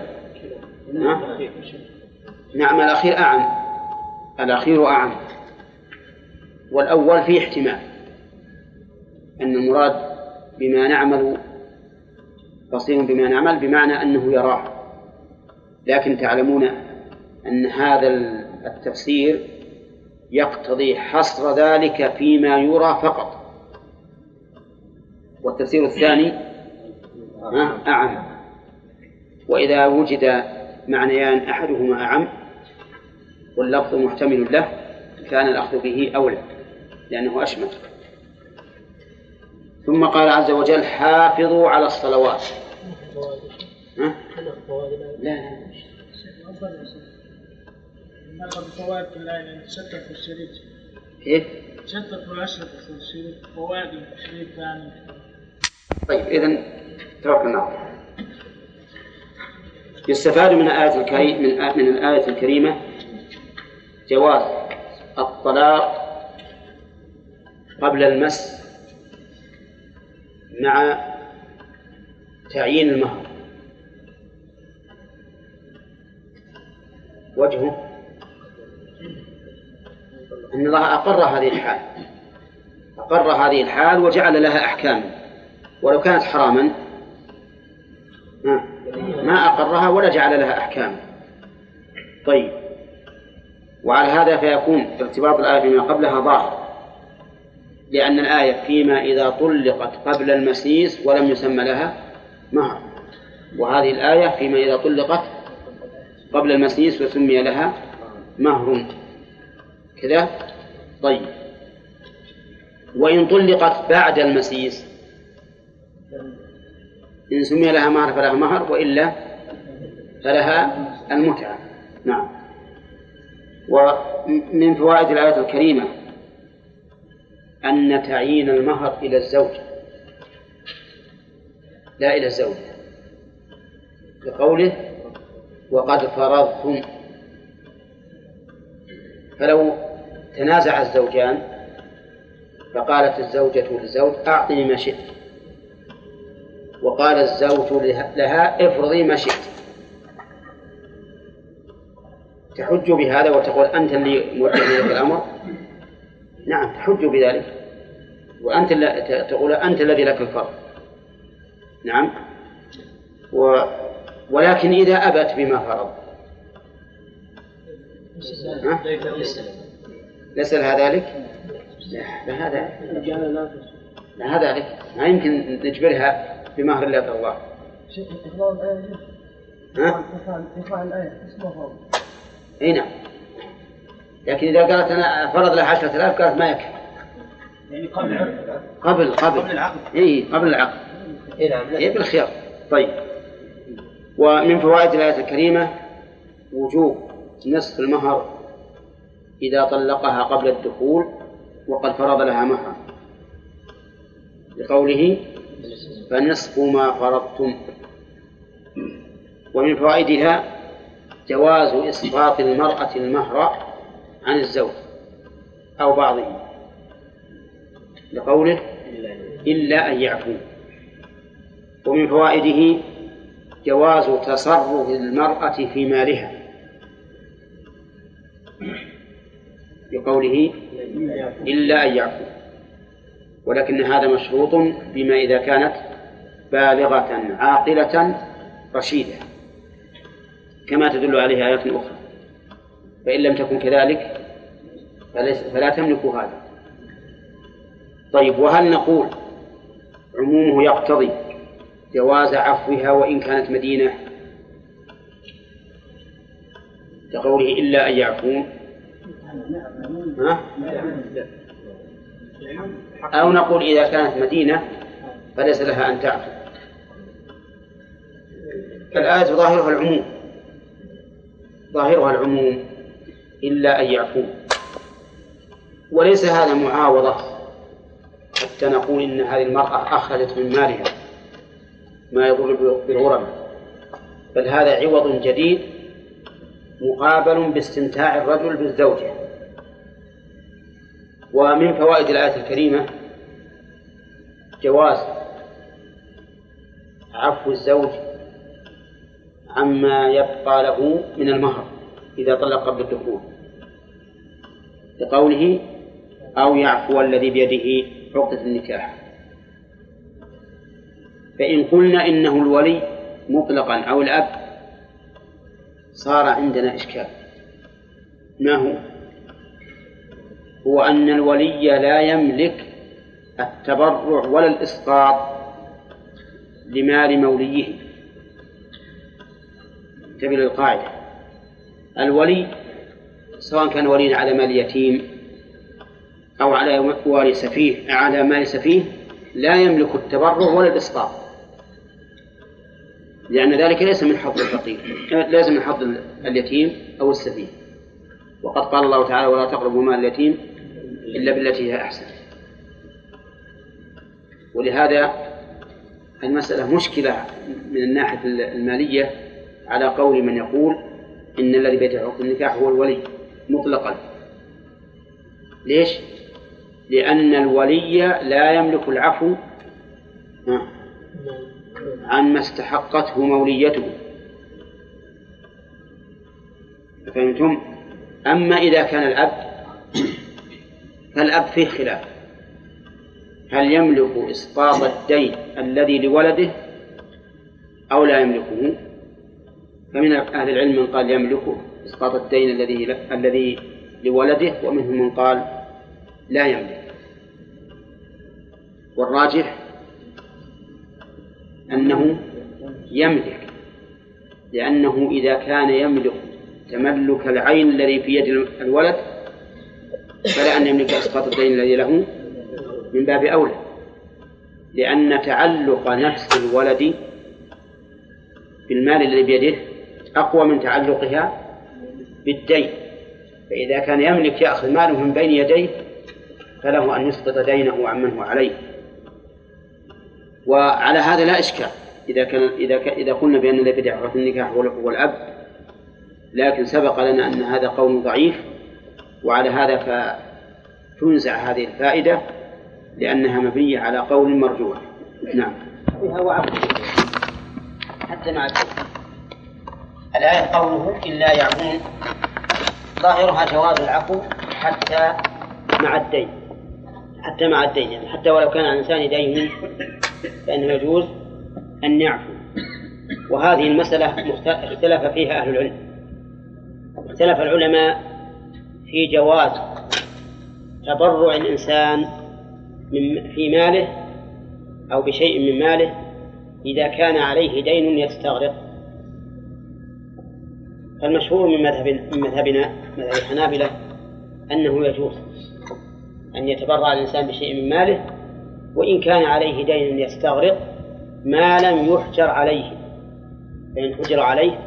[SPEAKER 1] نعم، الأخير أعم، الأخير أعم. والأول فيه احتمال أن المراد بما نعمل بصير بما نعمل بمعنى أنه يراه، لكن تعلمون أن هذا التفسير يقتضي حصر ذلك فيما يرى فقط، والتفسير الثاني أعم. وإذا وجد معنيان أحدهما أعم واللفظ محتمل له كان الأخذ به أولى لأنه أشمل. ثم قال عز وجل حافظوا على الصلوات. ها؟ لا
[SPEAKER 3] لا فوائد الآية تشتت في الشريط.
[SPEAKER 1] إيه؟
[SPEAKER 3] تشتت في الأشرطة في الشريط، فوائد الشريط ثاني.
[SPEAKER 1] طيب، إذن توكلنا. يستفاد من الآية الكريمة من من الآية الكريمة جواز الطلاق قبل المس مع تعيين المهر. وجهه أن الله أقر هذه الحال أقر هذه الحال وجعل لها أحكام، ولو كانت حراما ما أقرها ولا جعل لها أحكام. طيب، وعلى هذا فيكون ارتباط الآية بما قبلها ظاهر، لأن الآية فيما إذا طلقت قبل المسيس ولم يسمى لها مهر، وهذه الآية فيما إذا طلقت قبل المسيس وسمي لها مهر كذا. طيب، وإن طلقت بعد المسيس إن سمي لها مهر فلها مهر، وإلا فلها المتعة. نعم. ومن فوائد الآية الكريمة أن تعيين المهر إلى الزوج لا إلى الزوج، لقوله وقد فرضتم. فلو تنازع الزوجان فقالت الزوجة للزوج أعطني ما شئت، وقال الزوج لها افرضي ما شئت، تحج بهذا وتقول أنت اللي موجه إليك الأمر؟ نعم تحج بذلك، وأنت تقول أنت الذي لك الفرض. نعم. و... ولكن إذا أبت بما فرض ليس لها ذلك؟ لا هذا لا هذا ذلك ما يمكن نجبرها بمهر لا يرضى الله. ها؟ اي نعم، لكن إذا قالت أنا فرض لها عشرة آلاف قالت ما يكفي.
[SPEAKER 4] يعني قبل
[SPEAKER 1] قبل قبل
[SPEAKER 4] قبل العقد.
[SPEAKER 1] اي قبل العقد.
[SPEAKER 4] اي نعم.
[SPEAKER 1] اي بالخيار. طيب. ومن فوائد الآية الكريمة وجوب نصف المهر إذا طلقها قبل الدخول وقد فرض لها مهرا، لقوله فنصف ما فرضتم. ومن فوائدها جواز إسقاط المرأة المهر عن الزوج أو بعضه، لقوله إلا أن يعفو. ومن فوائده جواز تصرف المرأة في مالها، لقوله إلا أن يعفو، ولكن هذا مشروط بما إذا كانت بالغة عاقلة رشيدة كما تدل عليه آيات أخرى، فإن لم تكن كذلك فلا تملك هذا. طيب، وهل نقول عمومه يقتضي جواز عفوها وإن كانت مدينة كقوله إلا أن يعفون؟ ها؟ أو نقول إذا كانت مدينة فليس لها أن تعفو؟ فالآية ظاهرها العموم، ظاهرها العموم إلا أن يعفون، وليس هذا معاوضة حتى نقول إن هذه المرأة أخرجت من مالها ما يضر بالغرم، بل هذا عوض جديد مقابل باستمتاع الرجل بالزوجة. ومن فوائد الآية الكريمة جواز عفو الزوج عما يبقى له من المهر إذا طلق قبل الدخول، لقوله أو يعفو الذي بيده عقدة النكاح. فإن قلنا إنه الولي مطلقا أو الأب صار عندنا إشكال. ما هو؟ هو أن الولي لا يملك التبرع ولا الإسقاط لمال موليه. انتبه للقاعدة، الولي سواء كان وليا على مال يتيم أو على والي سفيه على مال سفيه لا يملك التبرع ولا الإسقاط، لأن ذلك ليس من حظ الفقير، ليس من حظ اليتيم أو السفيه. وقد قال الله تعالى ولا تقربوا مال اليتيم إلا بالتي هي أحسن. ولهذا المسألة مشكلة من الناحية المالية على قول من يقول إن الذي بيده عقد النكاح هو الولي مطلقا. ليش؟ لأن الولي لا يملك العفو عن ما استحقته موليته. فهمتم؟ أما إذا كان الأب فالأب فيه خلاف، هل يملك إسقاط الدين الذي لولده أو لا يملكه؟ فمن أهل العلم من قال يملكه إسقاط الدين الذي الذي لولده، ومنهم من قال لا يملك. والراجح أنه يملك، لأنه إذا كان يملك تملك العين الذي في يد الولد فلا أن يملك إسقاط الدين الذي له من باب أولى، لأن تعلق نفس الولد بالمال الذي بيده أقوى من تعلقها بالدين. فإذا كان يملك يأخذ ماله من بين يديه فله أن يسقط دينه عمن هو عليه. وعلى هذا لا إشكال إذا كان إذا ك... إذا قلنا بأن الذي بيده عقد النكاح هو الأب، لكن سبق لنا أن هذا قول ضعيف، وعلى هذا فتنزع هذه الفائدة لأنها مبنية على قول مرجوح. نعم.
[SPEAKER 2] هو حتى مع الآية قوله إلا يعفون
[SPEAKER 1] ظاهرها جواز العفو حتى مع الدين، حتى مع الدين يعني حتى ولو كان على الإنسان دين فإنه يجوز أن يعفو. وهذه المسألة اختلف فيها أهل العلم. اختلف العلماء في جواز تبرع الإنسان من في ماله أو بشيء من ماله إذا كان عليه دين يستغرق. فالمشهور من مذهب من مذهبنا مذهب الحنابلة أنه يجوز أن يتبرع الإنسان بشيء من ماله وإن كان عليه دين يستغرق ما لم يحجر عليه، فإن حجر عليه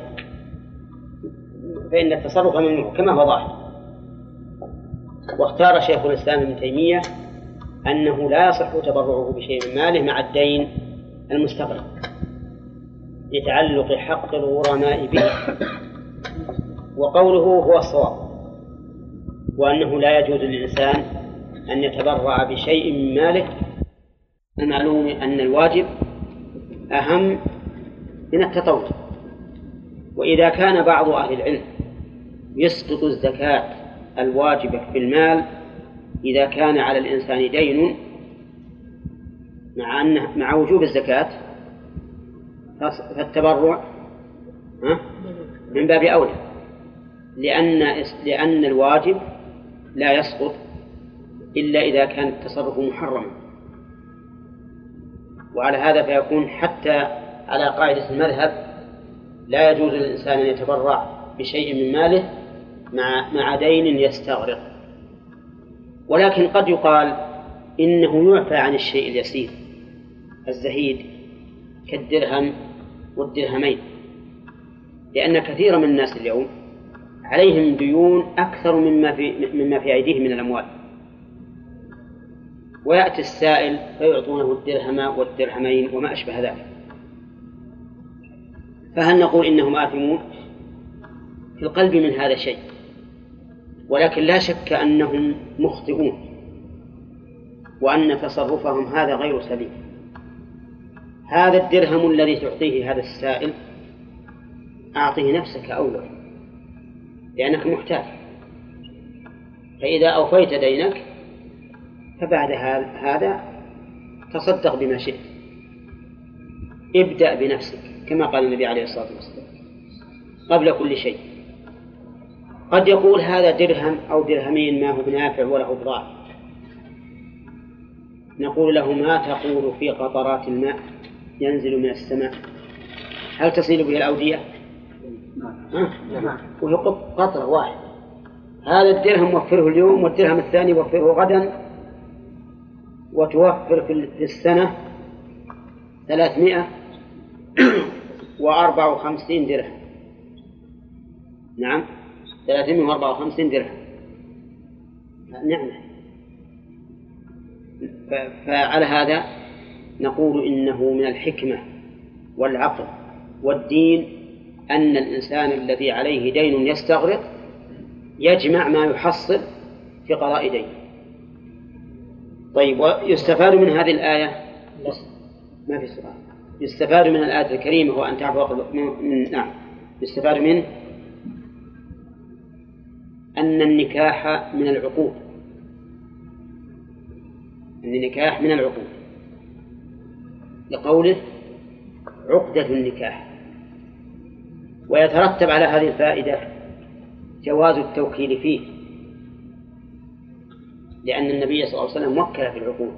[SPEAKER 1] فإن التصرف ممنوع كما هو ظاهر. واختار شيخ الإسلام ابن تيمية أنه لا يصح تبرعه بشيء من ماله مع الدين المستغرق لتعلق حق الغرماء به، وقوله هو الصواب، وأنه لا يجوز للإنسان أن يتبرع بشيء من ماله. المعلوم أن الواجب أهم من التطوع. وإذا كان بعض أهل العلم يسقط الزكاة الواجبة في المال إذا كان على الإنسان دين مع أنه مع وجوب الزكاة، فالتبرع من باب أولى، لأن لأن الواجب لا يسقط إلا إذا كان التصرف محرما. وعلى هذا فيكون حتى على قاعدة المذهب لا يجوز للإنسان أن يتبرع بشيء من ماله مع مع دين يستغرق. ولكن قد يقال إنه يعفى عن الشيء اليسير الزهيد كالدرهم والدرهمين، لأن كثيرا من الناس اليوم عليهم ديون أكثر مما في مما في أيديهم من الأموال، ويأتي السائل فيعطونه الدرهم والدرهمين وما أشبه ذلك. فهل نقول إنهم آثمون؟ في القلب من هذا الشيء، ولكن لا شك أنهم مخطئون وأن تصرفهم هذا غير سليم. هذا الدرهم الذي تعطيه هذا السائل أعطيه نفسك أولا لأنك محتاج، فإذا أوفيت دينك فبعد هذا تصدق بما شئت، ابدأ بنفسك كما قال النبي عليه الصلاة والسلام قبل كل شيء. قد يقول هذا درهم أو درهمين ما هو بنافع وله بضاعة، نقول له ما تقول في قطرات الماء ينزل من السماء هل تصير به الأودية؟ نعم. وهي قطرة واحد. هذا الدرهم وفره اليوم والدرهم الثاني وفره غدا، وتوفر في السنة ثلاثمائة وأربعة وخمسين درهم. نعم ثلاثمائة وأربعة وخمسين درهم نعمة. فعلى هذا نقول إنه من الحكمة والعقل والدين أن الإنسان الذي عليه دين يستغرق يجمع ما يحصل في قضاء دين. طيب، ويستفاد من هذه الآية ما في سؤال. يستفاد من الآية الكريمة وأن تعفو من نعم يستفاد منه أن النكاح من العقود، أن النكاح من العقود لقوله عقدة النكاح. ويترتب على هذه الفائدة جواز التوكيل فيه، لأن النبي صلى الله عليه وسلم وكل في العقود.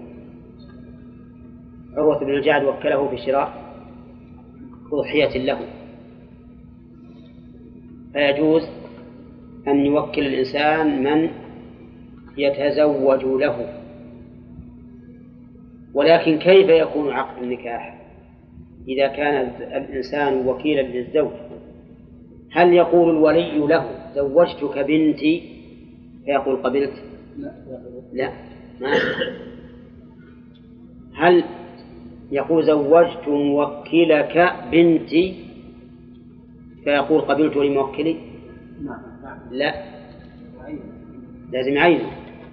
[SPEAKER 1] عروة بن الجعد وكله في شراء أضحية له، فيجوز أن يوكل الإنسان من يتزوج له. ولكن كيف يكون عقد النكاح إذا كان الإنسان وكيلا للزوج؟ هل يقول الولي له زوجتك بنتي فيقول قبلت؟ لا ما. هل يقول زوجت موكلك بنتي فيقول قبلت لموكلي؟ لا، لازم عينه.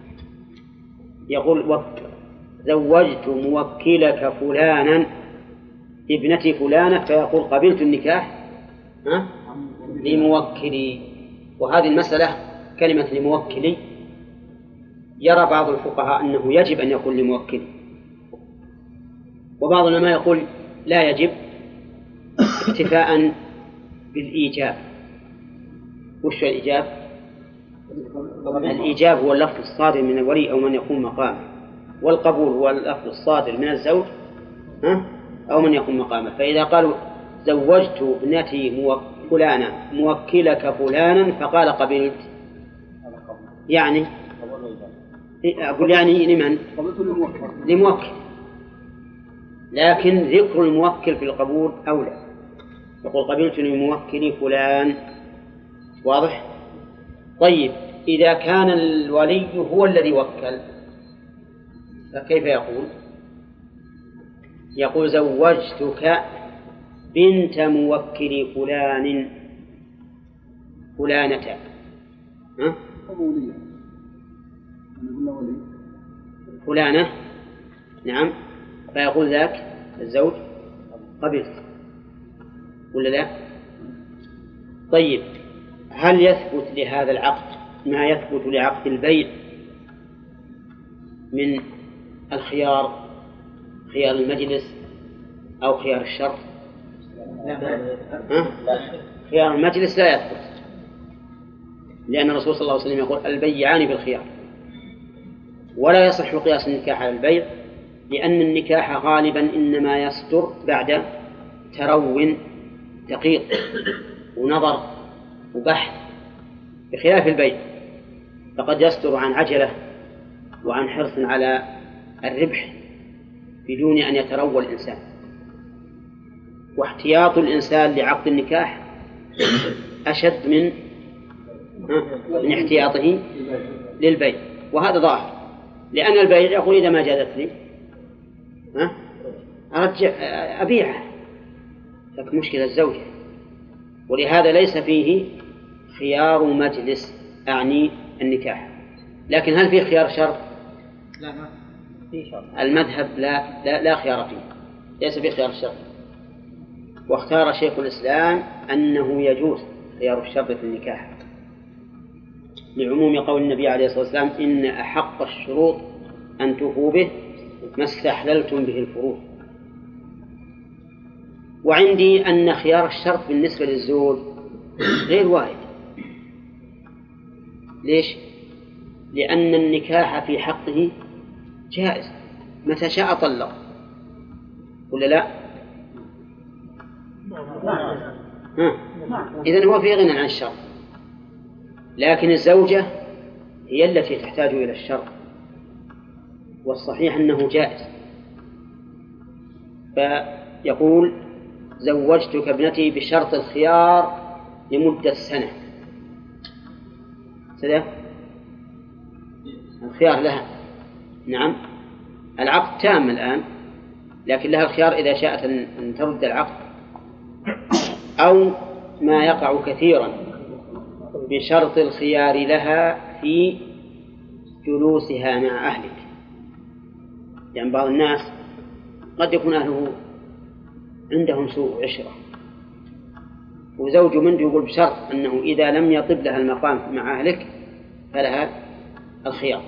[SPEAKER 1] يقول زوجت موكلك فلانا ابنتي فلانة فيقول قبلت النكاح ها لموكلي. وهذه المسألة كلمة لموكلي يرى بعض الفقهاء أنه يجب أن يكون لموكلي، وبعض العلماء يقول لا يجب اكتفاء بالإيجاب. وش الإيجاب؟ الإيجاب هو اللفظ الصادر من الولي أو من يقوم مقامه، والقبول هو اللفظ الصادر من الزوج أو من يقوم مقامه. فإذا قالوا زوجت ابنتي فلانة موكلك فلانا فقال قبلت، يعني أقول يعني لمن؟ لموكل، لكن ذكر الموكل في القبول أولى. يقول قبلت لموكل فلان. واضح؟ طيب إذا كان الولي هو الذي وكل فكيف يقول؟ يقول زوجتك بنت موكل فلان فلانة. ها؟ فلانة، نعم، فيقول ذاك الزوج قبلت ولا لا؟ طيب هل يثبت لهذا العقد ما يثبت لعقد البيع من الخيار، خيار المجلس أو خيار الشرط؟ ها؟ خيار المجلس لا يثبت، لأن الرسول صلى الله عليه وسلم يقول البيعان بالخيار، ولا يصح قياس النكاح على البيع، لأن النكاح غالبا إنما يصدر بعد ترو دقيق ونظر وبحث، بخلاف البيع فقد يصدر عن عجلة وعن حرص على الربح بدون أن يتروى الإنسان. واحتياط الإنسان لعقد النكاح أشد من من احتياطه للبيع، وهذا ظاهر، لأن البيع يقول إذا ما جازت لي أرجع أبيعها، لك مشكلة الزوجة. ولهذا ليس فيه خيار مجلس أعني النكاح. لكن هل فيه خيار شرط؟
[SPEAKER 3] لا ما
[SPEAKER 1] في شرط. المذهب لا, لا, لا خيار فيه، ليس فيه خيار الشرط. واختار شيخ الإسلام أنه يجوز خيار الشرط في النكاح لعموم قول النبي عليه الصلاة والسلام إن أحق الشروط أن توفوا به ما استحللتم به الفروض. وعندي أن خيار الشرط بالنسبة للزوج غير وارد. ليش؟ لأن النكاح في حقه جائز متى شاء طلق ولا لا؟ إذن هو في غنى عن الشرط، لكن الزوجة هي التي تحتاج إلى الشرط، والصحيح أنه جائز. فيقول زوجتك ابنتي بشرط الخيار لمدة سنة، سنة الخيار لها، نعم العقد تام الآن، لكن لها الخيار إذا شاءت أن ترد العقد، أو ما يقع كثيرا بشرط الخيار لها في جلوسها مع أهلك. يعني بعض الناس قد يكون أهله عندهم سوء عشرة، وزوج منه يقول بشرط أنه إذا لم يطب لها المقام مع أهلك فلها الخيار.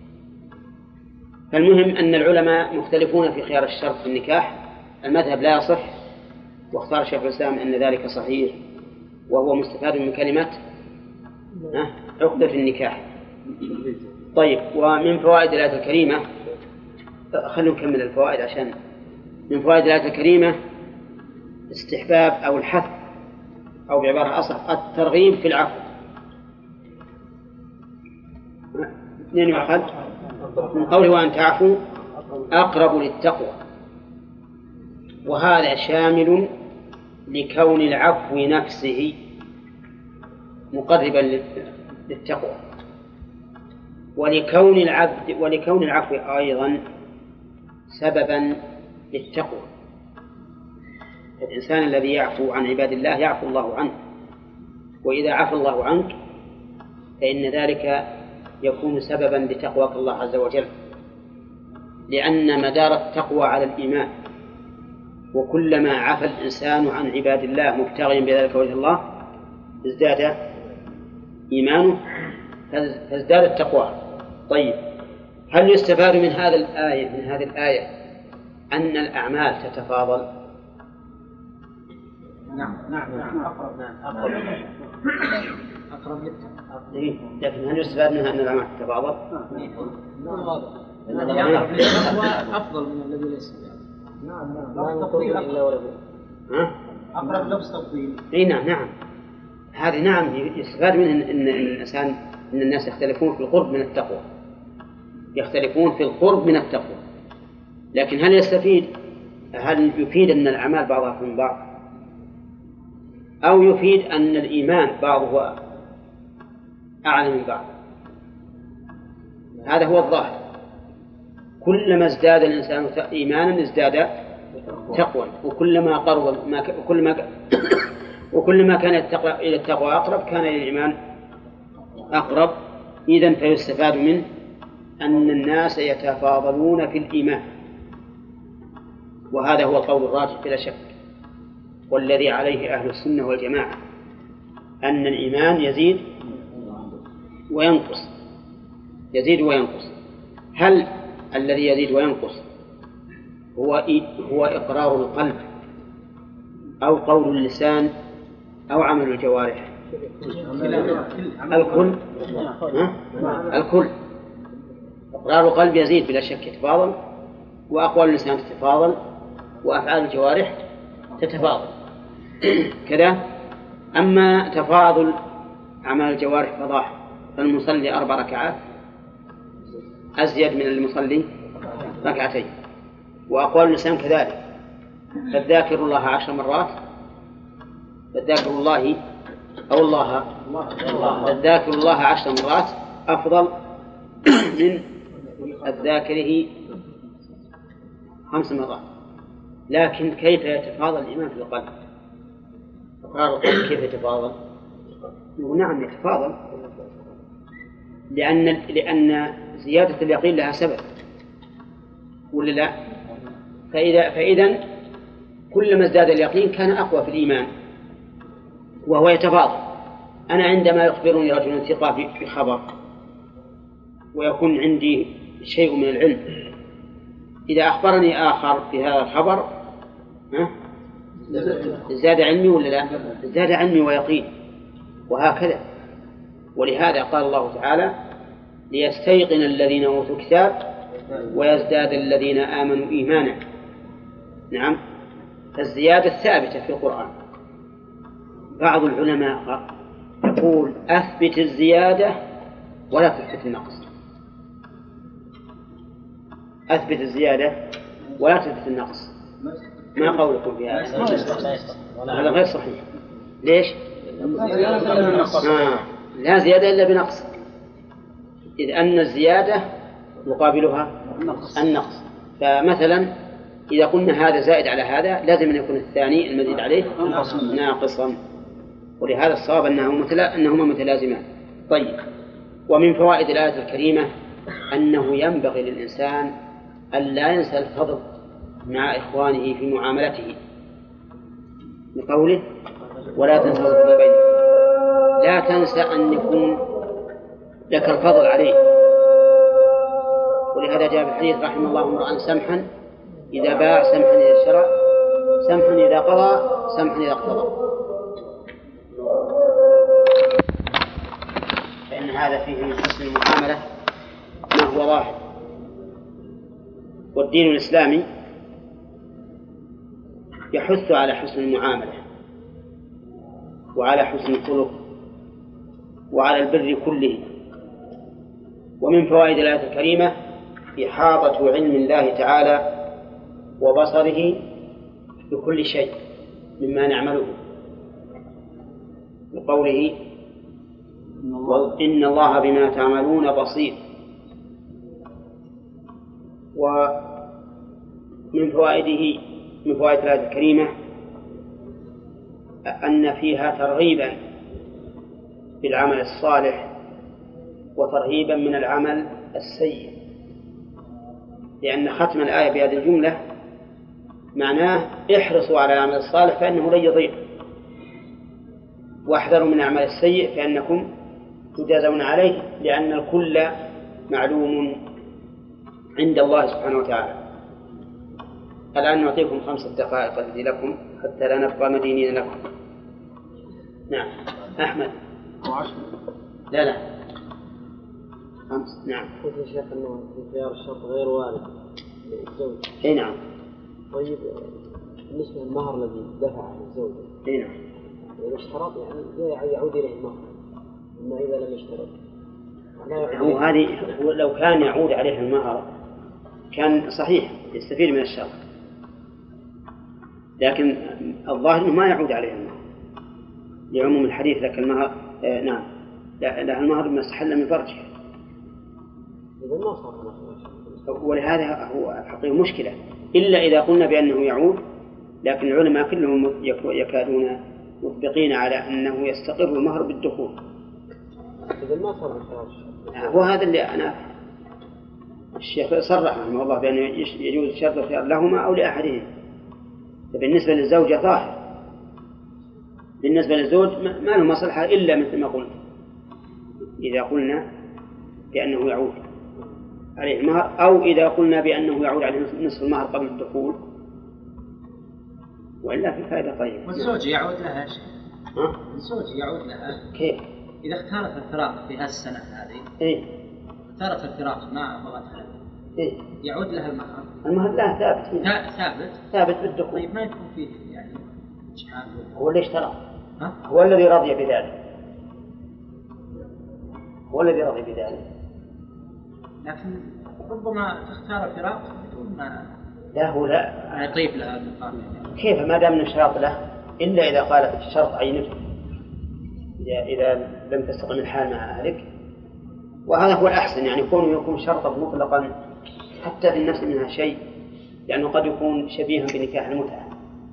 [SPEAKER 1] فالمهم أن العلماء مختلفون في خيار الشرط في النكاح. المذهب لا يصح، واختار شيخ الإسلام أن ذلك صحيح، وهو مستفاد من كلمة عقدة النكاح. طيب، ومن فوائد الآية الكريمة، خلوا نكمل الفوائد عشان من فوائد الآية الكريمة استحباب أو الحث أو بعبارة أصح الترغيب في العفو. اثنين واحد من قوله وأن تعفوا أقرب للتقوى، وهذا شامل لكون العفو نفسه مقربا للتقوى، ولكون العبد ولكون العفو أيضا سببا للتقوى. الإنسان الذي يعفو عن عباد الله يعفو الله عنه، وإذا عفى الله عنك فإن ذلك يكون سببا لتقواك الله عز وجل، لأن مدار التقوى على الإيمان، وكلما عفى الإنسان عن عباد الله مبتغيا بذلك وجه الله ازداد إيمانه فازداد التقوى. طيب، هل يستفاد من هذا الآية من هذه الآية أن الأعمال تتفاضل؟
[SPEAKER 4] نعم نعم نعم أقرب نعم أقرب أقرب
[SPEAKER 1] إيه. لكن هل يستفاد منها أن الأعمال تتفاضل؟
[SPEAKER 3] أفضل من الذي ليس.
[SPEAKER 4] نعم نعم لا تفضيل إلا ولا
[SPEAKER 1] ها؟
[SPEAKER 4] أقرب لفظ تفضيل.
[SPEAKER 1] إيه نعم نعم هذه نعم يستفاد منها إن الإنسان إن الناس يختلفون في القرب من التقوى، يختلفون في القرب من التقوى. لكن هل يستفيد هل يفيد أن الأعمال بعضها من بعض، أو يفيد أن الإيمان بعضه أعلى من بعض؟ هذا هو الظاهر. كلما ازداد الإنسان إيمانا ازداد تقوى، وكلما قرب ما وكلما وكلما كان إلى التقوى أقرب كان إلى الإيمان أقرب. إذن فيستفاد منه أن الناس يتفاضلون في الإيمان، وهذا هو القول الراجح بلا شك، والذي عليه أهل السنة والجماعة، أن الإيمان يزيد وينقص يزيد وينقص. هل الذي يزيد وينقص هو هو إقرار القلب أو قول اللسان أو عمل الجوارح؟ الكل الكل إقرار القلب يزيد بلا شك يتفاضل، وأقوال اللسان تتفاضل، وأفعال الجوارح تتفاضل كذا. أما تفاضل أعمال الجوارح فضاح، فالمصلي أربع ركعات أزيد من المصلي ركعتين، وأقوال اللسان كذلك. فالذاكر الله عشر مرات فالذاكر الله أو الله الذاكر الله عشر مرات أفضل من الذاكره خمس مرات. لكن كيف يتفاضل الإيمان في القلب؟ إقرار القلب كيف يتفاضل؟ نعم يتفاضل، لأن لأن زيادة اليقين لها سبب ولا لا؟ فإذا فإذا كلما ازداد اليقين كان أقوى في الإيمان، وهو يتفاضل. أنا عندما يخبرني رجل ثقة بخبر ويكون عندي شيء من العلم، إذا أخبرني آخر بهذا الخبر زاد علمي ولا لا؟ زاد علمي ويقين، وهكذا. ولهذا قال الله تعالى: ليستيقن الذين أوتوا الكتاب ويزداد الذين آمنوا إيمانا. نعم، فالزيادة ثابتة في القرآن. بعض العلماء يقول: أثبت الزيادة ولا تثبت النقص. أثبت الزيادة ولا تثبت النقص. ما قولكم في هذا؟ هذا غير صحيح. ليش؟ آه. لا زيادة إلا بنقص، إذ أن الزيادة يقابلها النقص. فمثلا إذا قلنا هذا زائد على هذا لازم أن يكون الثاني المزيد عليه ناقصا، ولهذا الصواب أنهما متلازمان. طيب، ومن فوائد الآية الكريمة أنه ينبغي للإنسان أن لا ينسى الفضل مع إخوانه في معاملته، بقوله: ولا تنسى الفضل بينكم. لا تنسى أن يكون لك الفضل عليه. ولهذا جاء بالحديث: رحم الله امرأ سمحا إذا باع، سمحا إذا اشترى، سمحا إذا قضى، سمحا إذا اقتضى. فإن هذا فيه من حسن المعاملة ما هو ظاهر. والدين الإسلامي يحث على حسن المعاملة وعلى حسن الخلق وعلى البر كله. ومن فوائد الآية الكريمة إحاطة علم الله تعالى وبصره بكل شيء مما نعمله، بقوله: إن الله بما تعملون بصير. ومن فوائده من فوائد الآية الكريمة أن فيها ترغيبا بالعمل الصالح وترهيبا من العمل السيء، لأن ختم الآية بهذه الجملة معناه: احرصوا على العمل الصالح فإنه لن يضيع، واحذروا من العمل السيء فإنكم تجازون عليه، لأن الكل معلوم عند الله سبحانه وتعالى. الآن نعطيكم خمسة دقائق التي لكم حتى لا نبقى مدينين لكم. نعم أحمد. لا لا خمس. نعم.
[SPEAKER 5] قلت يا شيخ أنه في خيار الشرط غير وارد للزوج.
[SPEAKER 1] أي نعم.
[SPEAKER 5] طيب بالنسبة للمهر الذي دفعه الزوج.
[SPEAKER 1] أي نعم.
[SPEAKER 5] إذا اشترط يعني يعود إليه المهر، أما إذا لم يشترط.
[SPEAKER 1] هو هذه لو كان يعود عليه المهر كان صحيح يستفيد من الشرط، لكن الظاهر أنه ما يعود عليه المهر لعموم الحديث. لكن المهر آه نعم لا, لا المهر ما استحل من فرجه.
[SPEAKER 5] إذا ما صار مهر.
[SPEAKER 1] ولهذا هو الحقيقة مشكلة، إلا إذا قلنا بأنه يعود، لكن العلماء كلهم يكادون مطبقين على أنه يستقر المهر بالدخول.
[SPEAKER 5] إذا ما صار مهر.
[SPEAKER 1] هو هذا اللي أنا الشيخ صرح رحمه الله بأنه يجوز شرط الخيار لهما أو لأحدهم. بالنسبة للزوجة ظاهر، بالنسبة للزوج ما له مصلحة إلا مثل ما قلت، إذا قلنا بأنه يعود عليه المهر، أو إذا قلنا بأنه يعود عليه نصف المهر قبل الدخول، وإلا في فائدة طيبة.
[SPEAKER 4] والزوج يعود لها شيء.
[SPEAKER 1] ها؟
[SPEAKER 4] الزوج يعود لها
[SPEAKER 1] كيف؟
[SPEAKER 4] إذا اختارت الفراق في هالسنة هذه.
[SPEAKER 1] إيه؟
[SPEAKER 4] اختارت الفراق ما بغتها.
[SPEAKER 1] إيه؟
[SPEAKER 4] يعود لها المهر.
[SPEAKER 1] المهر لا ثابت.
[SPEAKER 4] ثابت.
[SPEAKER 1] ثابت بالدخول.
[SPEAKER 4] طيب ما يكون فيه يعني إجحاف.
[SPEAKER 1] هو اللي اشترى.
[SPEAKER 4] ها؟
[SPEAKER 1] هو الذي رضي بذلك. هو الذي رضي بذلك.
[SPEAKER 4] لكن ربما تختار فراق بدون ما.
[SPEAKER 1] لا هو لا.
[SPEAKER 4] يطيب لها المقام.
[SPEAKER 1] كيف ما دام نشاط له، إلا إذا قالت الشرط عينته، إذا إذا لم تستقم الحال مع أهلك، وهذا هو الأحسن، يعني يكون يكون شرطا مطلقا حتى في النفس منها شيء، لأنه قد يكون شبيها بنكاح المتعة.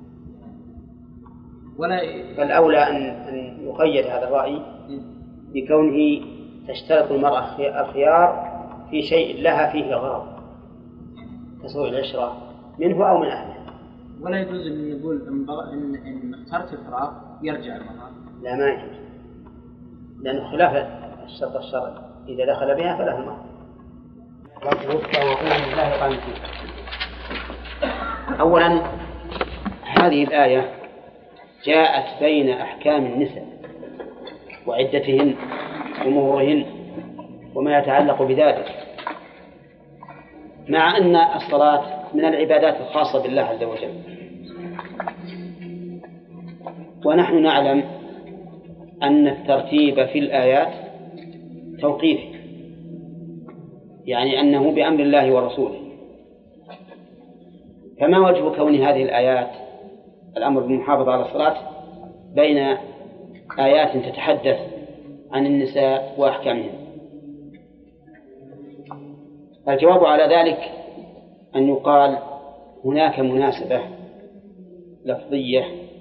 [SPEAKER 4] ولا
[SPEAKER 1] فالأولى أن أن يقيد هذا الرأي بكونه تشترط المرأة الخيار في شيء لها فيه غرض كسوء العشرة منه أو من أهله.
[SPEAKER 4] ولا يجوز أن نقول إن, إن, إن اخترت الفراق يرجع المهر.
[SPEAKER 1] لا ما يجوز، لأنه خلاف الشرط الشرعي، إذا دخل بها فله المهر. أولا هذه الآية جاءت بين أحكام النساء وعدتهن ومهورهن وما يتعلق بذلك، مع أن الصلاة من العبادات الخاصة بالله عز وجل، ونحن نعلم أن الترتيب في الآيات توقيفي، يعني أنه بأمر الله ورسوله. فما وجه كون هذه الآيات الأمر بالمحافظة على الصلاة بين آيات تتحدث عن النساء وأحكامهن؟ الجواب على ذلك أن يقال هناك مناسبة لفظية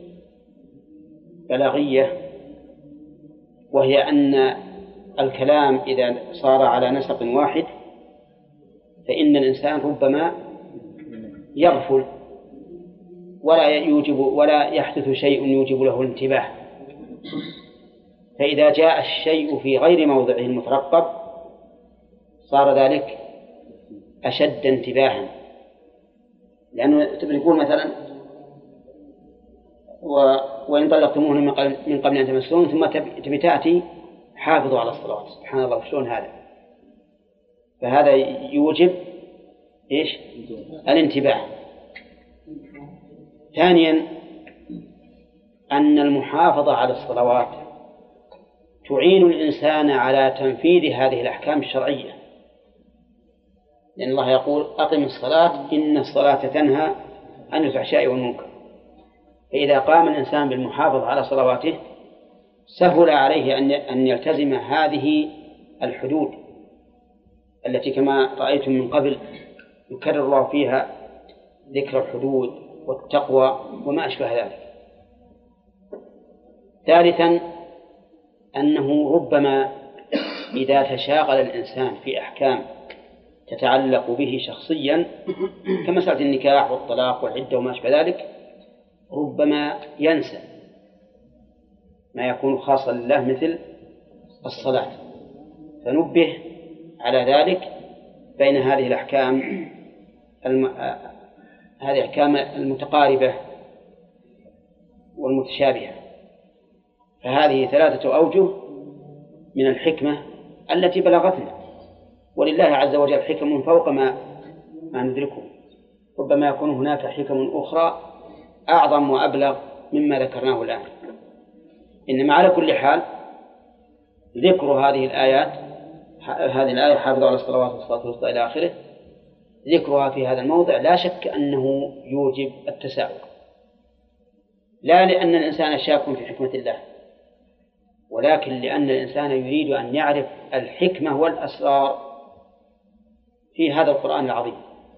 [SPEAKER 1] بلاغية، وهي أن الكلام إذا صار على نسق واحد فإن الإنسان ربما يغفل ولا يوجب ولا يحدث شيء يوجب له الانتباه، فإذا جاء الشيء في غير موضعه المترقب صار ذلك أشد انتباها. لأنه تقول مثلا و... وإن طلقتموهن من قبل أن تمسوهن ثم تبي تأتي حافظوا على الصلوات، سبحان الله شلون هذا؟ فهذا يوجب إيش؟ الانتباه. ثانيا أن المحافظة على الصلوات تعين الإنسان على تنفيذ هذه الأحكام الشرعية، لأن الله يقول أقم الصلاة إن الصلاة تنهى عن الفحشاء والمنكر. فإذا قام الإنسان بالمحافظة على صلواته سهل عليه أن يلتزم هذه الحدود التي كما رأيتم من قبل يكرر الله فيها ذكر الحدود والتقوى وما أشبه ذلك. ثالثا أنه ربما إذا تشاغل الإنسان في أحكام تتعلق به شخصيا كمسألة النكاح والطلاق والعدة وما أشبه ذلك ربما ينسى ما يكون خاصا لله مثل الصلاة. فنبه على ذلك بين هذه الأحكام الم... هذه الأحكام المتقاربة والمتشابهة. فهذه ثلاثة أوجه من الحكمة التي بلغتنا، ولله عز وجل حكم فوق ما ما ندركه، ربما يكون هناك حكم أخرى أعظم وأبلغ مما ذكرناه الآن. إنما على كل حال ذكر هذه الآيات، هذه الآية حافظوا على الصلوات والصلاة الوسطى إلى آخره، ذكرها في هذا الموضع لا شك أنه يوجب التساؤل، لا لأن الإنسان شاك في حكمة الله، ولكن لأن الإنسان يريد أن يعرف الحكمة والأسرار في هذا القرآن العظيم.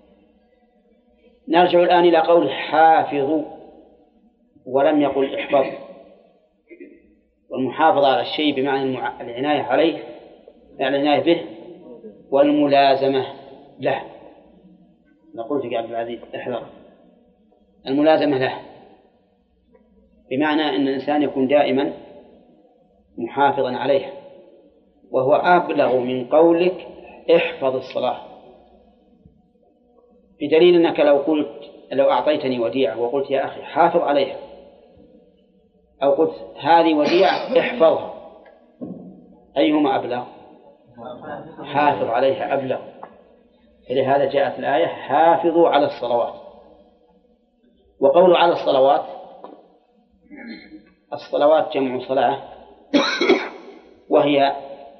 [SPEAKER 1] نرجع الآن إلى قول حافظوا ولم يقل احفظ، والمحافظة على الشيء بمعنى العناية عليه، العناية به والملازمة له. نقول في عبد العزيز احذر، الملازمة له بمعنى أن الإنسان يكون دائما محافظا عليها، وهو أبلغ من قولك احفظ الصلاة، بدليل أنك لو قلت لو أعطيتني وديعة وقلت يا أخي حافظ عليها، أو قلت هذه وديعة احفظها، أيهما أبلغ؟ حافظ عليها أبلغ. فلهذا جاءت الآية حافظوا على الصلوات. وقول على الصلوات، الصلوات جمع صلاة، وهي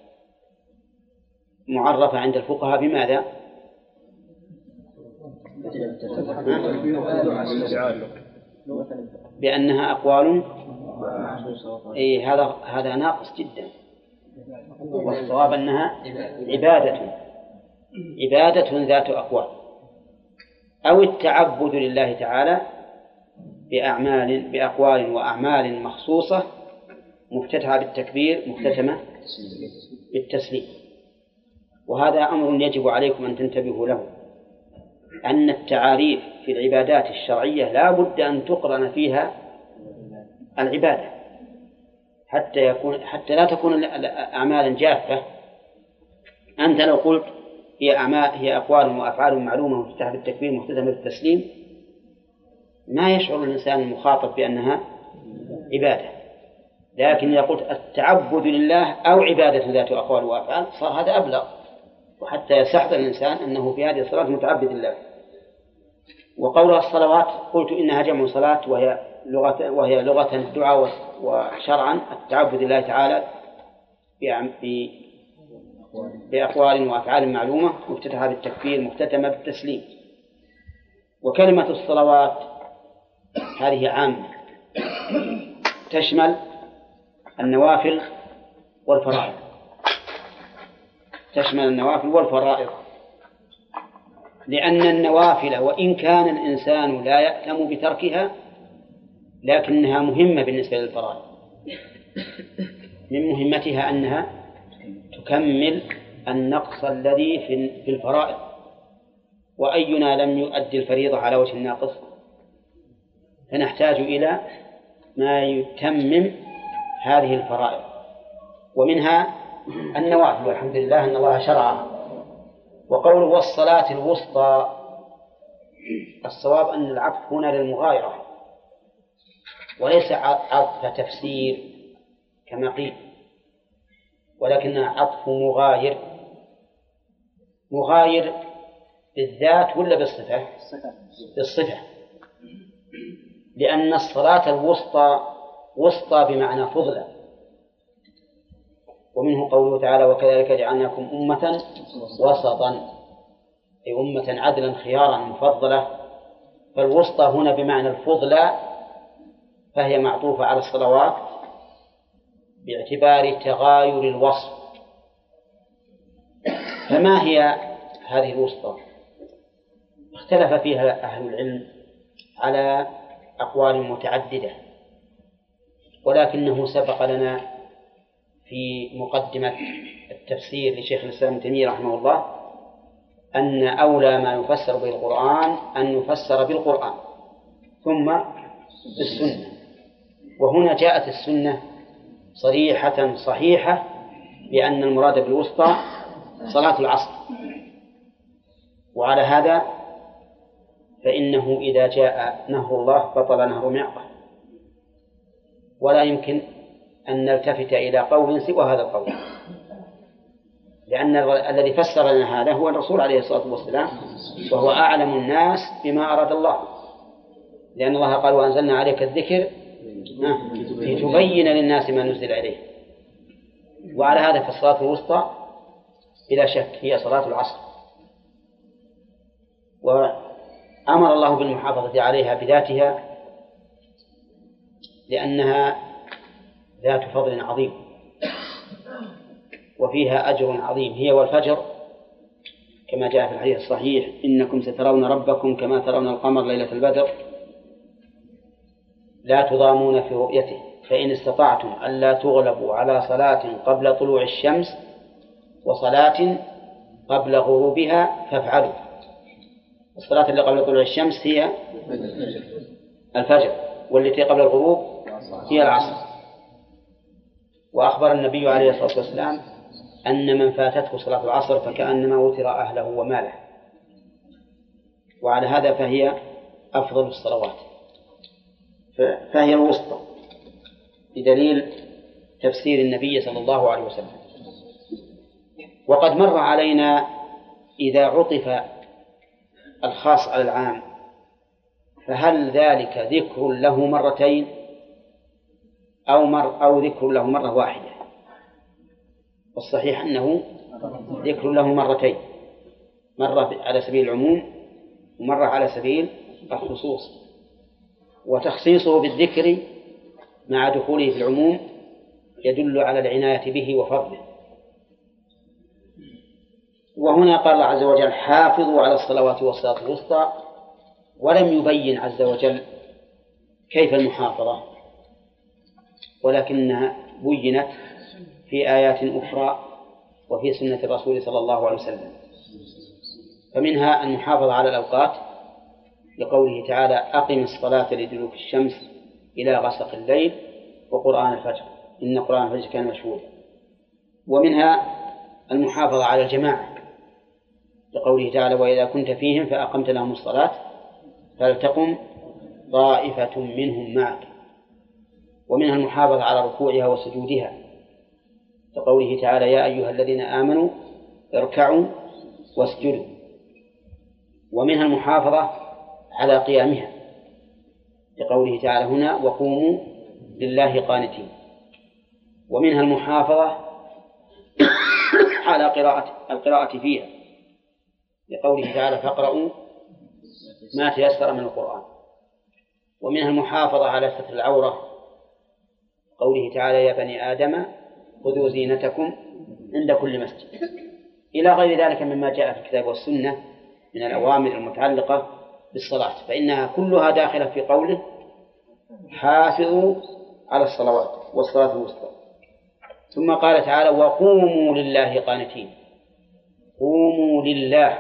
[SPEAKER 1] معرفة عند الفقهاء بماذا؟ بأنها أقوال. إيه هذا هذا ناقص جدا، والصواب أنها عبادة عبادة ذات أقوال، أو التعبد لله تعالى بأعمال بأقوال وأعمال مخصوصة مفتتحة بالتكبير مختتمة بالتسليم. وهذا أمر يجب عليكم أن تنتبهوا له، أن التعاريف في العبادات الشرعية لا بد أن تقرن فيها العبادة، حتى يكون حتى لا تكون أعمالا جافة. أنت لو قلت هي أعمال هي أقوال وأفعال معلومة مفتتحة بالتكبير مختتمة بالتسليم، ما يشعر الإنسان المخاطب بأنها عبادة. لكن إذا قلت التعبد لله أو عبادة ذات أقوال وأفعال صار هذا أبلغ، وحتى يستحضر الإنسان أنه في هذه الصلاة متعبد لله. وقولها الصلوات قلت إنها جمع صلاة، وهي لغة وهي لغة الدعاء، وشرعا التعبد لله تعالى بأقوال وأفعال معلومة مفتتحة بالتكبير مختتمة بالتسليم. وكلمة الصلوات هذه عامة، تشمل النوافل والفرائض، تشمل النوافل والفرائض، لأن النوافل وإن كان الإنسان لا يأثم بتركها لكنها مهمة بالنسبة للفرائض. من مهمتها أنها تكمل النقص الذي في الفرائض، وأينا لم يؤدي الفريضة على وجه الناقص، فنحتاج إلى ما يتمم هذه الفرائض، ومنها النوافل، والحمد لله أن الله شرعها. وقوله والصلاة الوسطى، الصواب أن العطف هنا للمغايرة وليس عطف تفسير كما قيل، ولكنها عطف مغاير. مغاير بالذات ولا بالصفة؟ بالصفة، لأن الصلاة الوسطى وسطى بمعنى فضلة. ومنه قوله تعالى وكذلك جعلناكم أمة وسطا، أي أمة عدلا خيارا مفضلة. فالوسطى هنا بمعنى الفضلة، فهي معطوفة على الصلوات باعتبار تغاير الوصف. فما هي هذه الوسطى؟ اختلف فيها أهل العلم على أقوال متعددة، ولكنه سبق لنا في مقدمة التفسير لشيخ الإسلام ابن تيمية رحمه الله أن أولى ما يفسر به القرآن أن يفسر بالقرآن ثم بالسنة. وهنا جاءت السنة صريحة صحيحة بأن المراد بالوسطى صلاة العصر. وعلى هذا فإنه إذا جاء نهر الله بطل نهر معقة، ولا يمكن أن نلتفت إلى قول سوى هذا القول، لأن الذي فسر لنا هذا هو الرسول عليه الصلاة والسلام، وهو أعلم الناس بما أراد الله، لأن الله قال وأنزلنا عليك الذكر لتبين للناس ما نزل إليه. وعلى هذا فالصلاة الوسطى بلا شك هي صلاة العصر، وأمر الله بالمحافظة عليها بذاتها لأنها ذات فضل عظيم وفيها أجر عظيم، هي والفجر كما جاء في الحديث الصحيح إنكم سترون ربكم كما ترون القمر ليلة البدر لا تضامون في رؤيته، فإن استطعتم ألا تغلبوا على صلاة قبل طلوع الشمس وصلاة قبل غروبها فافعلوا. الصلاة اللي قبل طلوع الشمس هي الفجر، والتي قبل الغروب هي العصر. وأخبر النبي عليه الصلاة والسلام أن من فاتته صلاة العصر فكأنما وتر أهله وماله، وعلى هذا فهي أفضل الصلوات، فهي الوسطى بدليل تفسير النبي صلى الله عليه وسلم. وقد مر علينا إذا عطف الخاص على العام فهل ذلك ذكر له مرتين أو, مر أو ذكر له مرة واحدة؟ والصحيح أنه ذكر له مرتين، مرة على سبيل العموم ومرة على سبيل الخصوص، وتخصيصه بالذكر مع دخوله في العموم يدل على العناية به وفضله. وهنا قال الله عز وجل حافظوا على الصلوات والصلاة الوسطى، ولم يبين عز وجل كيف المحافظة، ولكنها بينت في آيات أخرى وفي سنة الرسول صلى الله عليه وسلم. فمنها المحافظة على الأوقات لقوله تعالى أقم الصلاة لدلوك الشمس إلى غسق الليل وقرآن الفجر إن قرآن الفجر كان مشهودا. ومنها المحافظة على الجماعة لقوله تعالى وإذا كنت فيهم فأقمت لهم الصلاة فلتقم طائفة منهم معك. ومنها المحافظة على ركوعها وسجودها لقوله تعالى يا أيها الذين آمنوا اركعوا واسجدوا. ومنها المحافظة على قيامها لقوله تعالى هنا وقوموا لله قانتين. ومنها المحافظة على قراءة القراءة فيها لقوله تعالى فاقرؤوا ما تيسر من القرآن. ومنها المحافظة على ستر العورة قوله تعالى يا بني آدم خذوا زينتكم عند كل مسجد، إلى غير ذلك مما جاء في الكتاب والسنة من الأوامر المتعلقة بالصلاة، فإنها كلها داخلة في قوله حافظوا على الصلوات والصلاة الوسطى. ثم قال تعالى وقوموا لله قانتين، قوموا لله،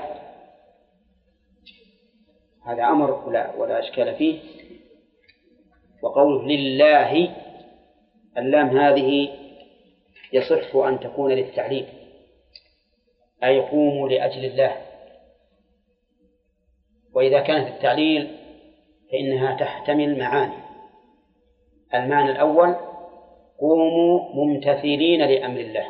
[SPEAKER 1] هذا أمر ولا, ولا أشكال فيه. وقوله لله اللام هذه يصح أن تكون للتعليم، أي قوموا لأجل الله. وإذا كانت التعليل فإنها تحتمل معاني. المعنى الأول قوموا ممتثلين لأمر الله،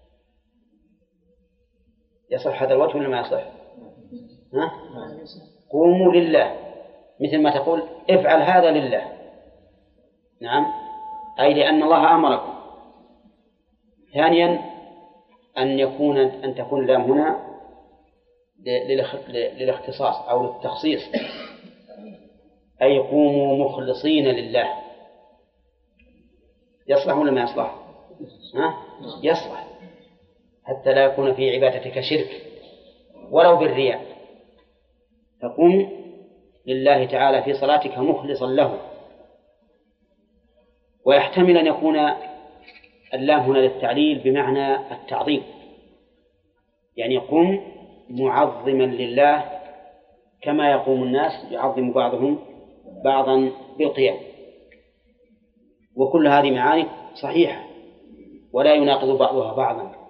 [SPEAKER 1] يصح هذا الوجه ولا ما يصح؟ ها؟ قوموا لله مثل ما تقول افعل هذا لله، نعم، أي لأن الله أمركم. ثانيا أن يكون أن تكون اللام هنا للاختصاص أو للتخصيص، أي قوموا مخلصين لله. يصلح ولا ما يصلح؟ ها؟ يصلح، حتى لا يكون في عبادتك شرك ولو بالرياء، فقم لله تعالى في صلاتك مخلصا له. ويحتمل أن يكون اللام هنا للتعليل بمعنى التعظيم، يعني قم معظما لله كما يقوم الناس يعظم بعضهم بعضا بالقيام. وكل هذه معاني صحيحة ولا يناقض بعضها بعضا،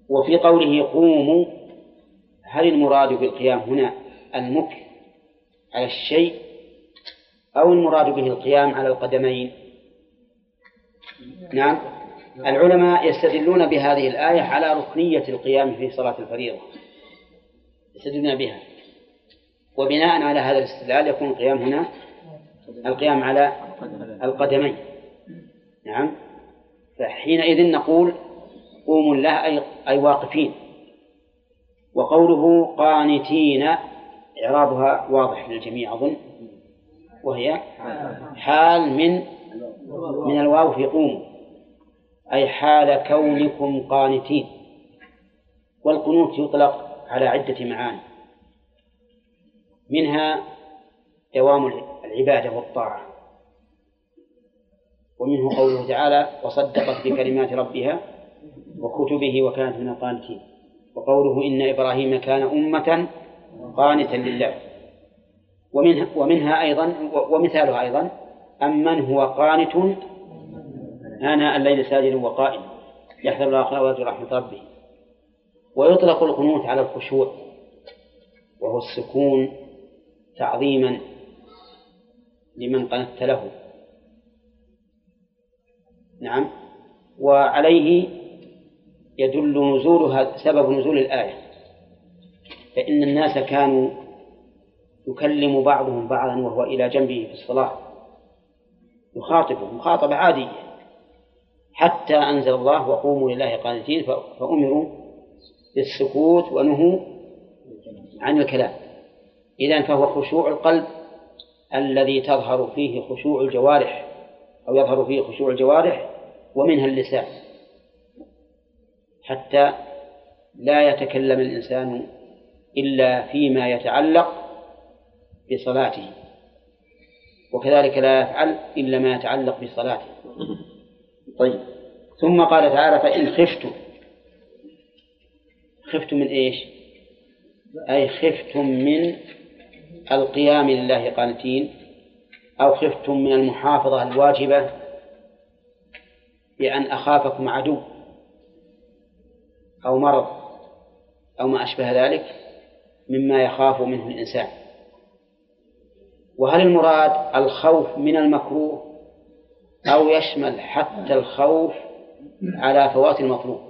[SPEAKER 1] وفي قوله قوموا هل المراد بالقيام هنا المكث على الشيء أو المراد به القيام على القدمين؟ نعم، العلماء يستدلون بهذه الآية على ركنية القيام في صلاة الفريضة، يستدلون بها، وبناء على هذا الاستدلال يكون القيام هنا القيام على القدمين. نعم، فحينئذ نقول قوموا الله أي, أي واقفين. وقوله قانتين إعرابها واضح للجميع أظن، وهي حال من من الواو في قوموا، أي حال كونكم قانتين. والقنوت يطلق على عدة معاني، منها دوام العبادة والطاعة، ومنه قوله تعالى وصدقت بكلمات ربها وكتبه وكانت من القانتين، وقوله إن إبراهيم كان أمة قانتا لله. ومنها, ومنها أيضا ومثالها أيضا أمن هو قانت آناء الليل ساجدا وقائما يحذر الآخرة ويرجو رحمة ربه. ويطلق القنوت على الخشوع وهو السكون تعظيما لمن قنت له. نعم، وعليه يدل نزولها سبب نزول الآية، فإن الناس كانوا يكلم بعضهم بعضا وهو إلى جنبه في الصلاة، يخاطبه مخاطبة عادية، حتى أنزل الله وقوموا لله قانتين، فأمروا بالسكوت ونهوا عن الكلام. إذن فهو خشوع القلب الذي تظهر فيه خشوع الجوارح أو يظهر فيه خشوع الجوارح ومنها اللسان، حتى لا يتكلم الإنسان إلا فيما يتعلق بصلاته، وكذلك لا يفعل إلا ما يتعلق بصلاته. طيب، ثم قال تعالى فإن خفتم. خفتم من إيش؟ أي خفتم من القيام لله قانتين، أو خفتم من المحافظة الواجبة بأن أخافكم عدو أو مرض أو ما أشبه ذلك مما يخاف منه الإنسان. وهل المراد الخوف من المكروه أو يشمل حتى الخوف على فوات المطلوب؟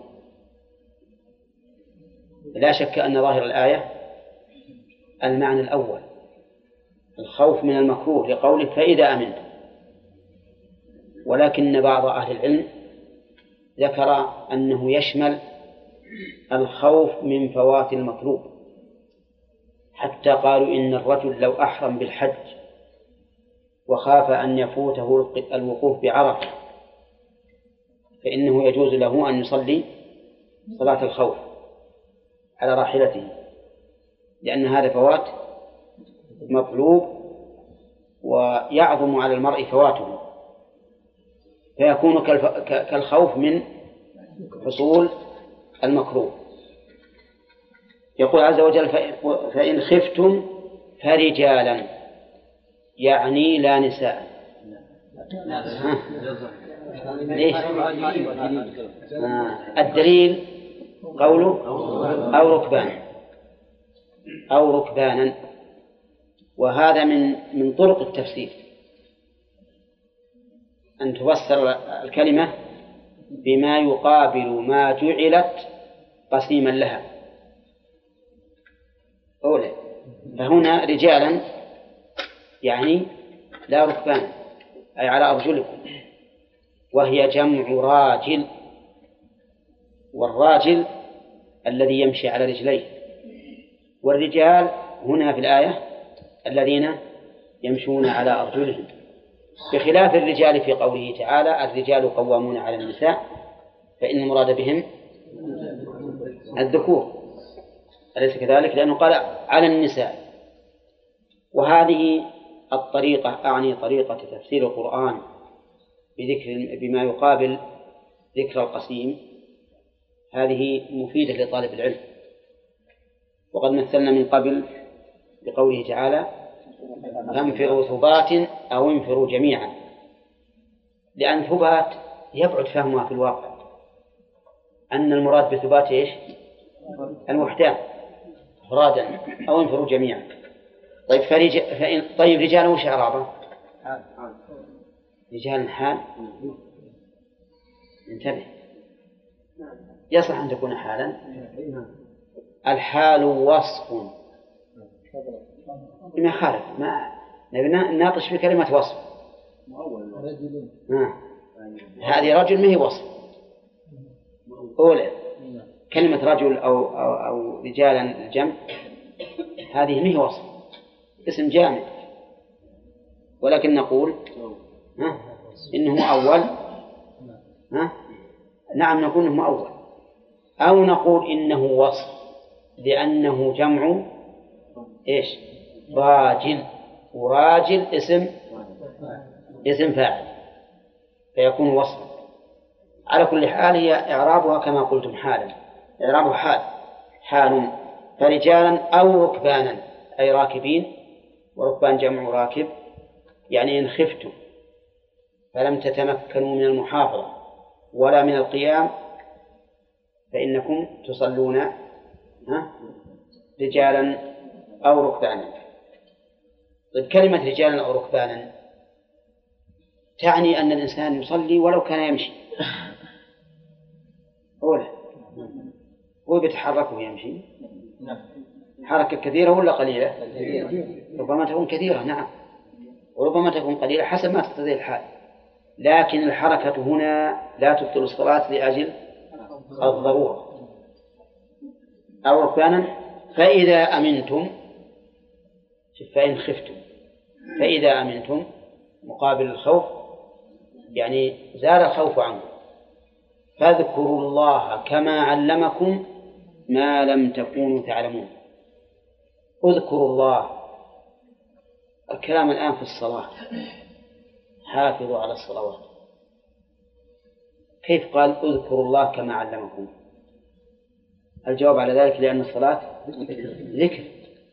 [SPEAKER 1] لا شك أن ظاهر الآية المعنى الأول، الخوف من المكروه لقوله فإذا أمنت، ولكن بعض أهل العلم ذكر أنه يشمل الخوف من فوات المطلوب، حتى قالوا إن الرجل لو أحرم بالحج وخاف أن يفوته الوقوف بعرفة فإنه يجوز له أن يصلي صلاة الخوف على راحلته، لأن هذا فوات مطلوب ويعظم على المرء فواته، فيكون كالخوف من حصول المكروه. يقول عز وجل فإن خفتم فرجالا، يعني لا نساء. ليش؟ آه. الدليل قوله أو ركبان أو ركبانا، وهذا من من طرق التفسير أن تفسر الكلمة بما يقابل ما جعلت قسيما لها. أولا فهنا رجالا يعني لا ركبان أي على أرجلكم، وهي جمع راجل، والراجل الذي يمشي على رجليه، والرجال هنا في الآية الذين يمشون على أرجلهم، بخلاف الرجال في قوله تعالى الرجال قوامون على النساء، فإن المراد بهم الذكور، أليس كذلك؟ لأنه قال على النساء. وهذه الطريقة أعني طريقة تفسير القرآن بذكر بما يقابل ذكر القسيم، هذه مفيدة لطالب العلم. وقد مثلنا من قبل بقوله تعالى فانفروا ثبات أو انفروا جميعا، لأن ثبات يبعد فهمها في الواقع، أن المراد بثبات إيش؟ الوحدان إفرادا أو انفروا جميعا. طيب فرج... فإن... طيب رجال وش إعرابه؟ رجال حال. انتبه، يصح أن تكون حالا. الحال وصف ما يخالف، ما نبي نناقش في كلمة وصف. آه. هذه رجل ما هي وصف أولى. كلمة رجل أو, أو, أو رجالا الجمع هذه ما هي وصف، اسم جامد، ولكن نقول ها إنه أول. ها؟ نعم نقول إنه أول، أو نقول إنه وصف لأنه جمع إيش؟ راجل، وراجل اسم اسم فاعل فيكون وصفا. على كل حال هي إعرابها كما قلتم حالا، إعرابها حال حال. فرجالا أو ركبانا أي راكبين، وركبان جمع راكب، يعني إن خفتم فلم تتمكنوا من المحافظة ولا من القيام فإنكم تصلون ها رجالا أو ركبانا. طيب كلمة رجالا أو ركبانا تعني أن الإنسان يصلي ولو كان يمشي. أولا هو بيتحرك ويمشي حركة كثيرة ولا قليلة؟ ربما تكون كثيرة نعم، وربما تكون قليلة حسب ما تقتضي الحال، لكن الحركة هنا لا تبطل الصلاة لأجل الضرورة. أو ركبانا فإذا أمنتم، فإن خفتم، فإذا أمنتم مقابل الخوف يعني زال الخوف عنكم، فاذكروا الله كما علمكم ما لم تكونوا تعلمون. اذكروا الله. الكلام الآن في الصلاة، حافظوا على الصلوات. كيف قال اذكروا الله كما علمكم؟ الجواب على ذلك لأن الصلاة ذكر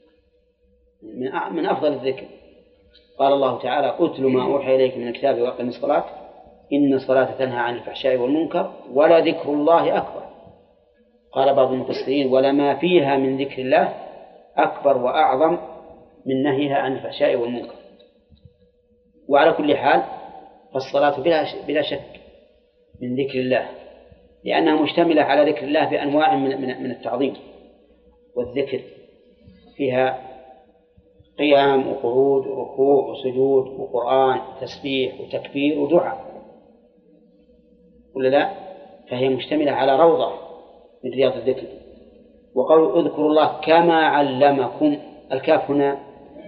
[SPEAKER 1] من أفضل الذكر. قال الله تعالى أتل ما أوحي إليك من الكتاب وأقم الصلاة إن الصلاة تنهى عن الفحشاء والمنكر ولذكر الله أكبر. قال بعض المفسرين ولما فيها من ذكر الله أكبر وأعظم من نهيها عن الفحشاء والمنكر. وعلى كل حال فالصلاة بلا شك من ذكر الله، لأنها مشتملة على ذكر الله بأنواع من التعظيم والذكر، فيها قيام وقعود وركوع وسجود وقرآن تسبيح وتكبير ودعاء ولا لا؟ فهي مشتملة على روضة من رياض الذكر. وقول اذكروا الله كما علمكم، الكاف هنا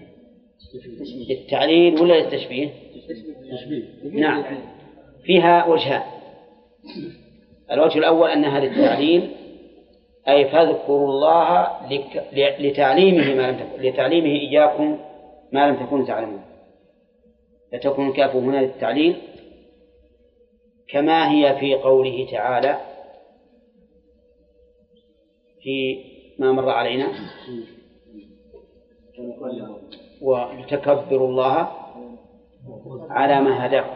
[SPEAKER 1] للتعليل ولا للتشبيه؟ نعم، فيها وجهان. الوجه الأول أنها للتعليل، أي فاذكروا الله لتعليمه ما لم تكن لتعليمه إياكم ما لم تكونوا تعلمون، فتكون الكاف هنا للتعليل كما هي في قوله تعالى في ما مر علينا ولتكبروا الله على ما هداكم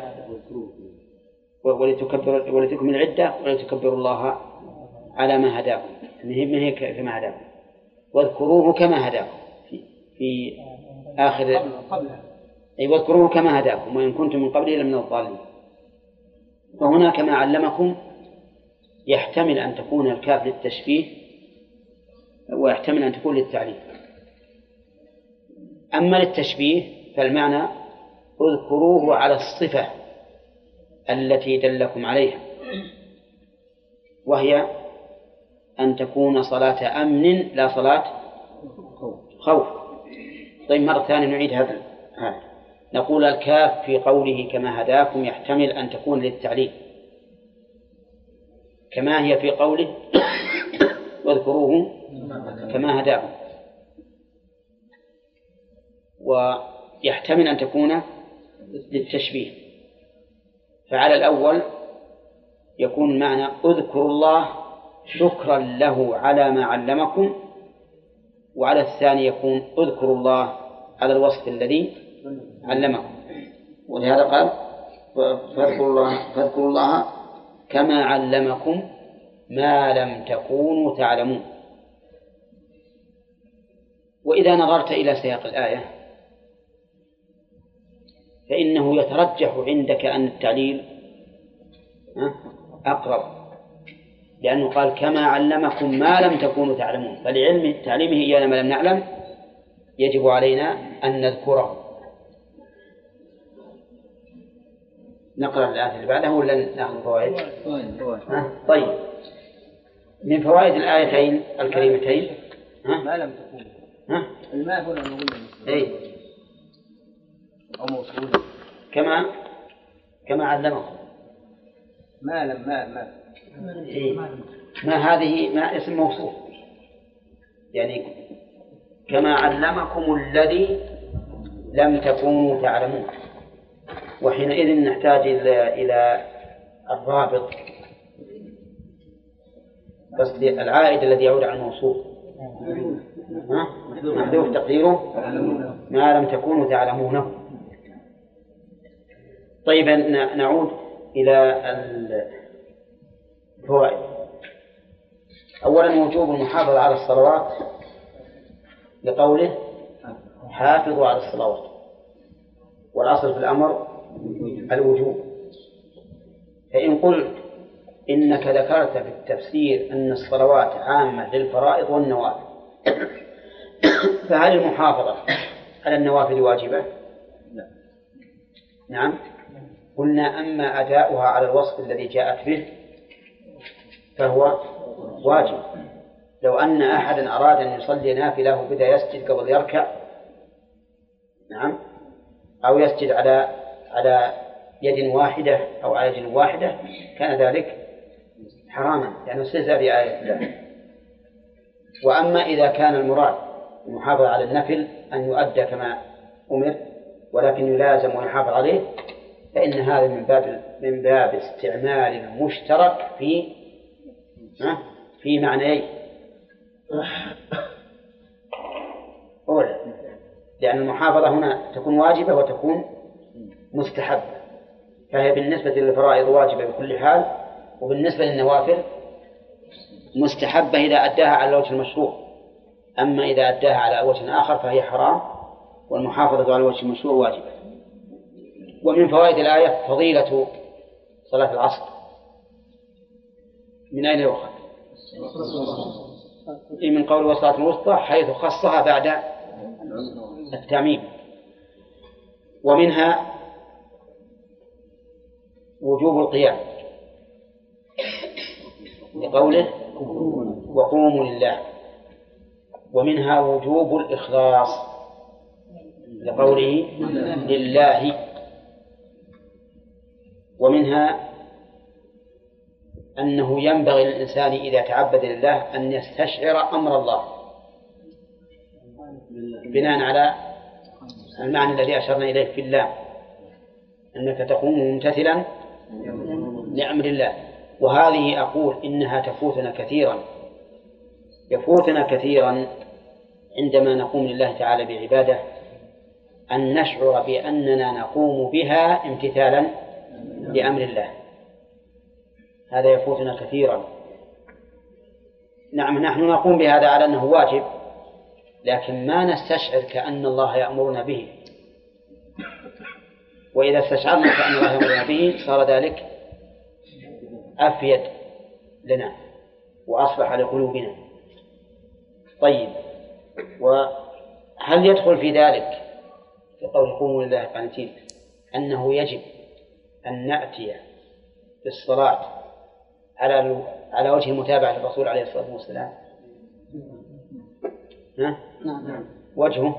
[SPEAKER 1] ولتكبروا ولتكملوا العدة ولتكبروا الله على ما هداكم، ما هي كما هداكم، واذكروه كما هداكم في, في آخر أي واذكروه كما هداكم وإن كنتم من قبله لمن الضالين. فهنا كما علمكم يحتمل أن تكون الكاف للتشبيه ويحتمل أن تكون للتعليم. أما للتشبيه فالمعنى اذكروه على الصفة التي دلكم عليها، وهي أن تكون صلاة أمن لا صلاة خوف. طيب مرة ثانية نعيد هذا هذا نقول الكاف في قوله كما هداكم يحتمل أن تكون للتعليل كما هي في قوله واذكروه كما هداكم، ويحتمل أن تكون للتشبيه. فعلى الأول يكون المعنى اذكروا الله شكرا له على ما علمكم، وعلى الثاني يكون اذكروا الله على الوصف الذي علمكم. ولهذا قال فاذكروا الله, فاذكروا الله كما علمكم ما لم تكونوا تعلمون. وإذا نظرت إلى سياق الآية فإنه يترجح عندك أن التعليل أقرب، لأنه قال كما علمكم ما لم تكونوا تعلمون، فلعلم تعليمه إيانا ما لم نعلم يجب علينا أن نذكره. نقرأ الآية اللي بعدها ولا نأخذ فوائد؟ طيب، من فوائد الآيتين الكريمتين
[SPEAKER 4] ما لم تكونوا
[SPEAKER 1] ها؟
[SPEAKER 4] الماء هنا نقول
[SPEAKER 1] أي
[SPEAKER 4] أو موصول
[SPEAKER 1] كما كما علمكم
[SPEAKER 4] ما لم ما ما
[SPEAKER 1] إيه؟ ما هذه ما اسم موصول، يعني كما علمكم الذي لم تكونوا تعلمون. وحينئذ نحتاج إلى إلى الرابط، بس العائد الذي يعود على الموصول محذوف تقديره ما لم تكونوا تعلمونه. طيب نعود إلى الفوائد. أولا وجوب المحافظة على الصلوات لقوله حافظوا على الصلوات، والأصل في الأمر الوجوب. فإن قلت إنك ذكرت في التفسير أن الصلوات عامة للفرائض والنوافل، فهل المحافظة على النوافل واجبة؟ نعم. قلنا أما أداؤها على الوصف الذي جاءت به فهو واجب. لو أن أحدا أراد أن يصلي نافلة وبدأ يسجد قبل يركع، نعم، أو يسجد على على يد واحدة أو على يد واحدة، كان ذلك حراما لأنه استهزأ بآية الله. وأما إذا كان المراد المحافظة على النفل أن يؤدى كما أمر ولكن يلازم ويحافظ عليه، فإن هذا من باب من باب استعمال المشترك في في معنيين. أولا لأن المحافظة هنا تكون واجبة وتكون مستحبة، فهي بالنسبة للفرائض واجبة بكل حال، وبالنسبة للنوافل مستحبة إذا أداها على الوجه المشروع. أما إذا أداها على وجه آخر فهي حرام، والمحافظة على الوجه المشروع واجبة. ومن فوائد الآية فضيلة صلاة العصر. من أين يؤخذ؟ من قول والصلاة الوسطى، حيث خصها بعد التعميم. ومنها وجوب القيام لقوله وقوموا لله. ومنها وجوب الإخلاص لقوله لله. ومنها أنه ينبغي للإنسان إذا تعبد لله أن يستشعر أمر الله بناء على المعنى الذي أشرنا إليه في الله، أنك تقوم ممتثلا لأمر الله. وهذه أقول إنها تفوتنا كثيرا يفوتنا كثيرا عندما نقوم لله تعالى بعبادة، أن نشعر بأننا نقوم بها امتثالا لأمر الله. هذا يفوتنا كثيرا. نعم، نحن نقوم بهذا على أنه واجب، لكن ما نستشعر كأن الله يأمرنا به. وإذا استشعرنا كأن الله يأمرنا به صار ذلك أفيد لنا وأصلح لقلوبنا. طيب، وهل يدخل في ذلك في قول قوموا لله قانتين أنه يجب أن نأتي بالصلاة على على وجه المتابعة للرسول عليه الصلاة والسلام؟ ها؟ وجهه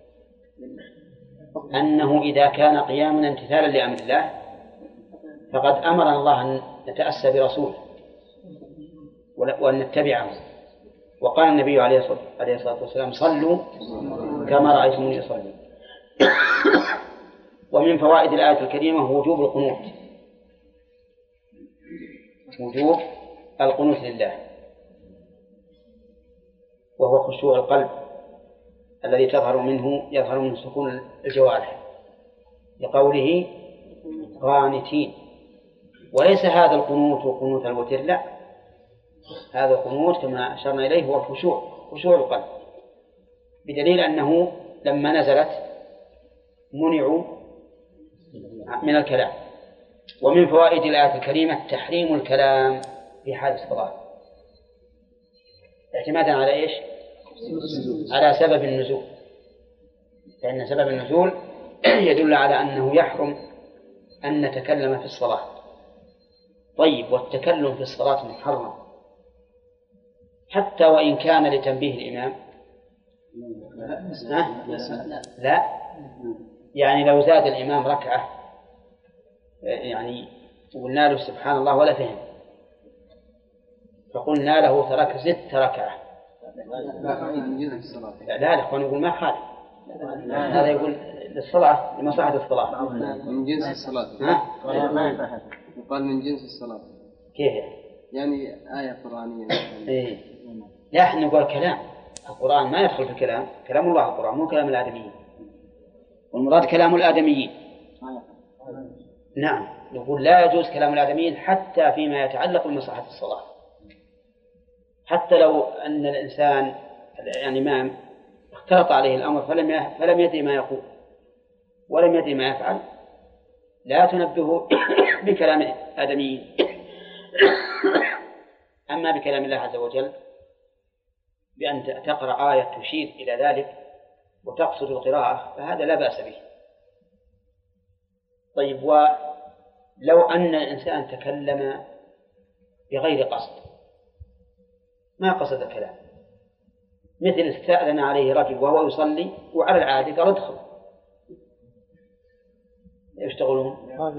[SPEAKER 1] أنه إذا كان قيامنا امتثالا لأمر الله فقد أمرنا الله أن نتأسى برسوله وأن نتبعه. وقال النبي عليه الصلاة والسلام صلوا كما رأيتموني أصلي. ومن فوائد الآية الكريمة وجوب القنوت، وجوب القنوت لله، وهو خشوع القلب الذي تظهر منه يظهر من سكون الجوارح لقوله قانتين. وليس هذا القنوت قنوت الوتر، لا، هذا القنوت كما أشرنا إليه هو الخشوع، خشوع القلب، بدليل أنه لما نزلت منعوا من الكلام. ومن فوائد الآية الكريمة تحريم الكلام في حال الصلاة، اعتمادا على إيش؟ على سبب النزول، لأن سبب النزول يدل على أنه يحرم أن نتكلم في الصلاة. طيب، والتكلم في الصلاة محرم حتى وإن كان لتنبيه الإمام؟ ها؟ لا، يعني لو زاد الإمام ركعة يعني قلنا له سبحان الله ولا فهم، فقلنا له ترك زدت ركعة، لا لا الأخوان يقول ما خالف، هذا يقول للصلاة لمصلحة الصلاة
[SPEAKER 6] من جنس الصلاة.
[SPEAKER 1] ها؟
[SPEAKER 6] يقال من جنس الصلاة.
[SPEAKER 1] كيف
[SPEAKER 6] يعني آية قرآنية.
[SPEAKER 1] إيه. لا، احنا نقول كلام القرآن ما يدخل في الكلام، كلام الله القرآن مو كلام الآدميين، والمراد كلام الآدميين. نعم، نقول لا يجوز كلام الآدميين حتى فيما يتعلق بمصلحة الصلاة، حتى لو أن الإنسان يعني الإمام اختلط عليه الأمر فلم فلم يدري ما يقول ولم يدري ما يفعل، لا تنبهه بكلام الآدميين. أما بكلام الله عز وجل بأن تقرأ آية تشير إلى ذلك وتقصد القراءة فهذا لا بأس به. طيب، ولو أن الإنسان تكلم بغير قصد، ما قصد الكلام، مثل استأذن عليه رجل وهو يصلي وعلى العادة قال ادخل، يشتغلون؟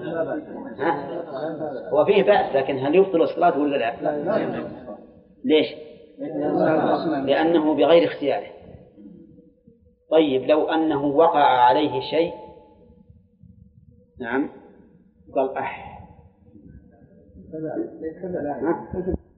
[SPEAKER 1] هو فيه بأس، لكن هل يبطل الصلاة ولا لا؟ ليش؟ لأنه بغير اختياره. طيب، لو أنه وقع عليه شيء، نعم، قال أح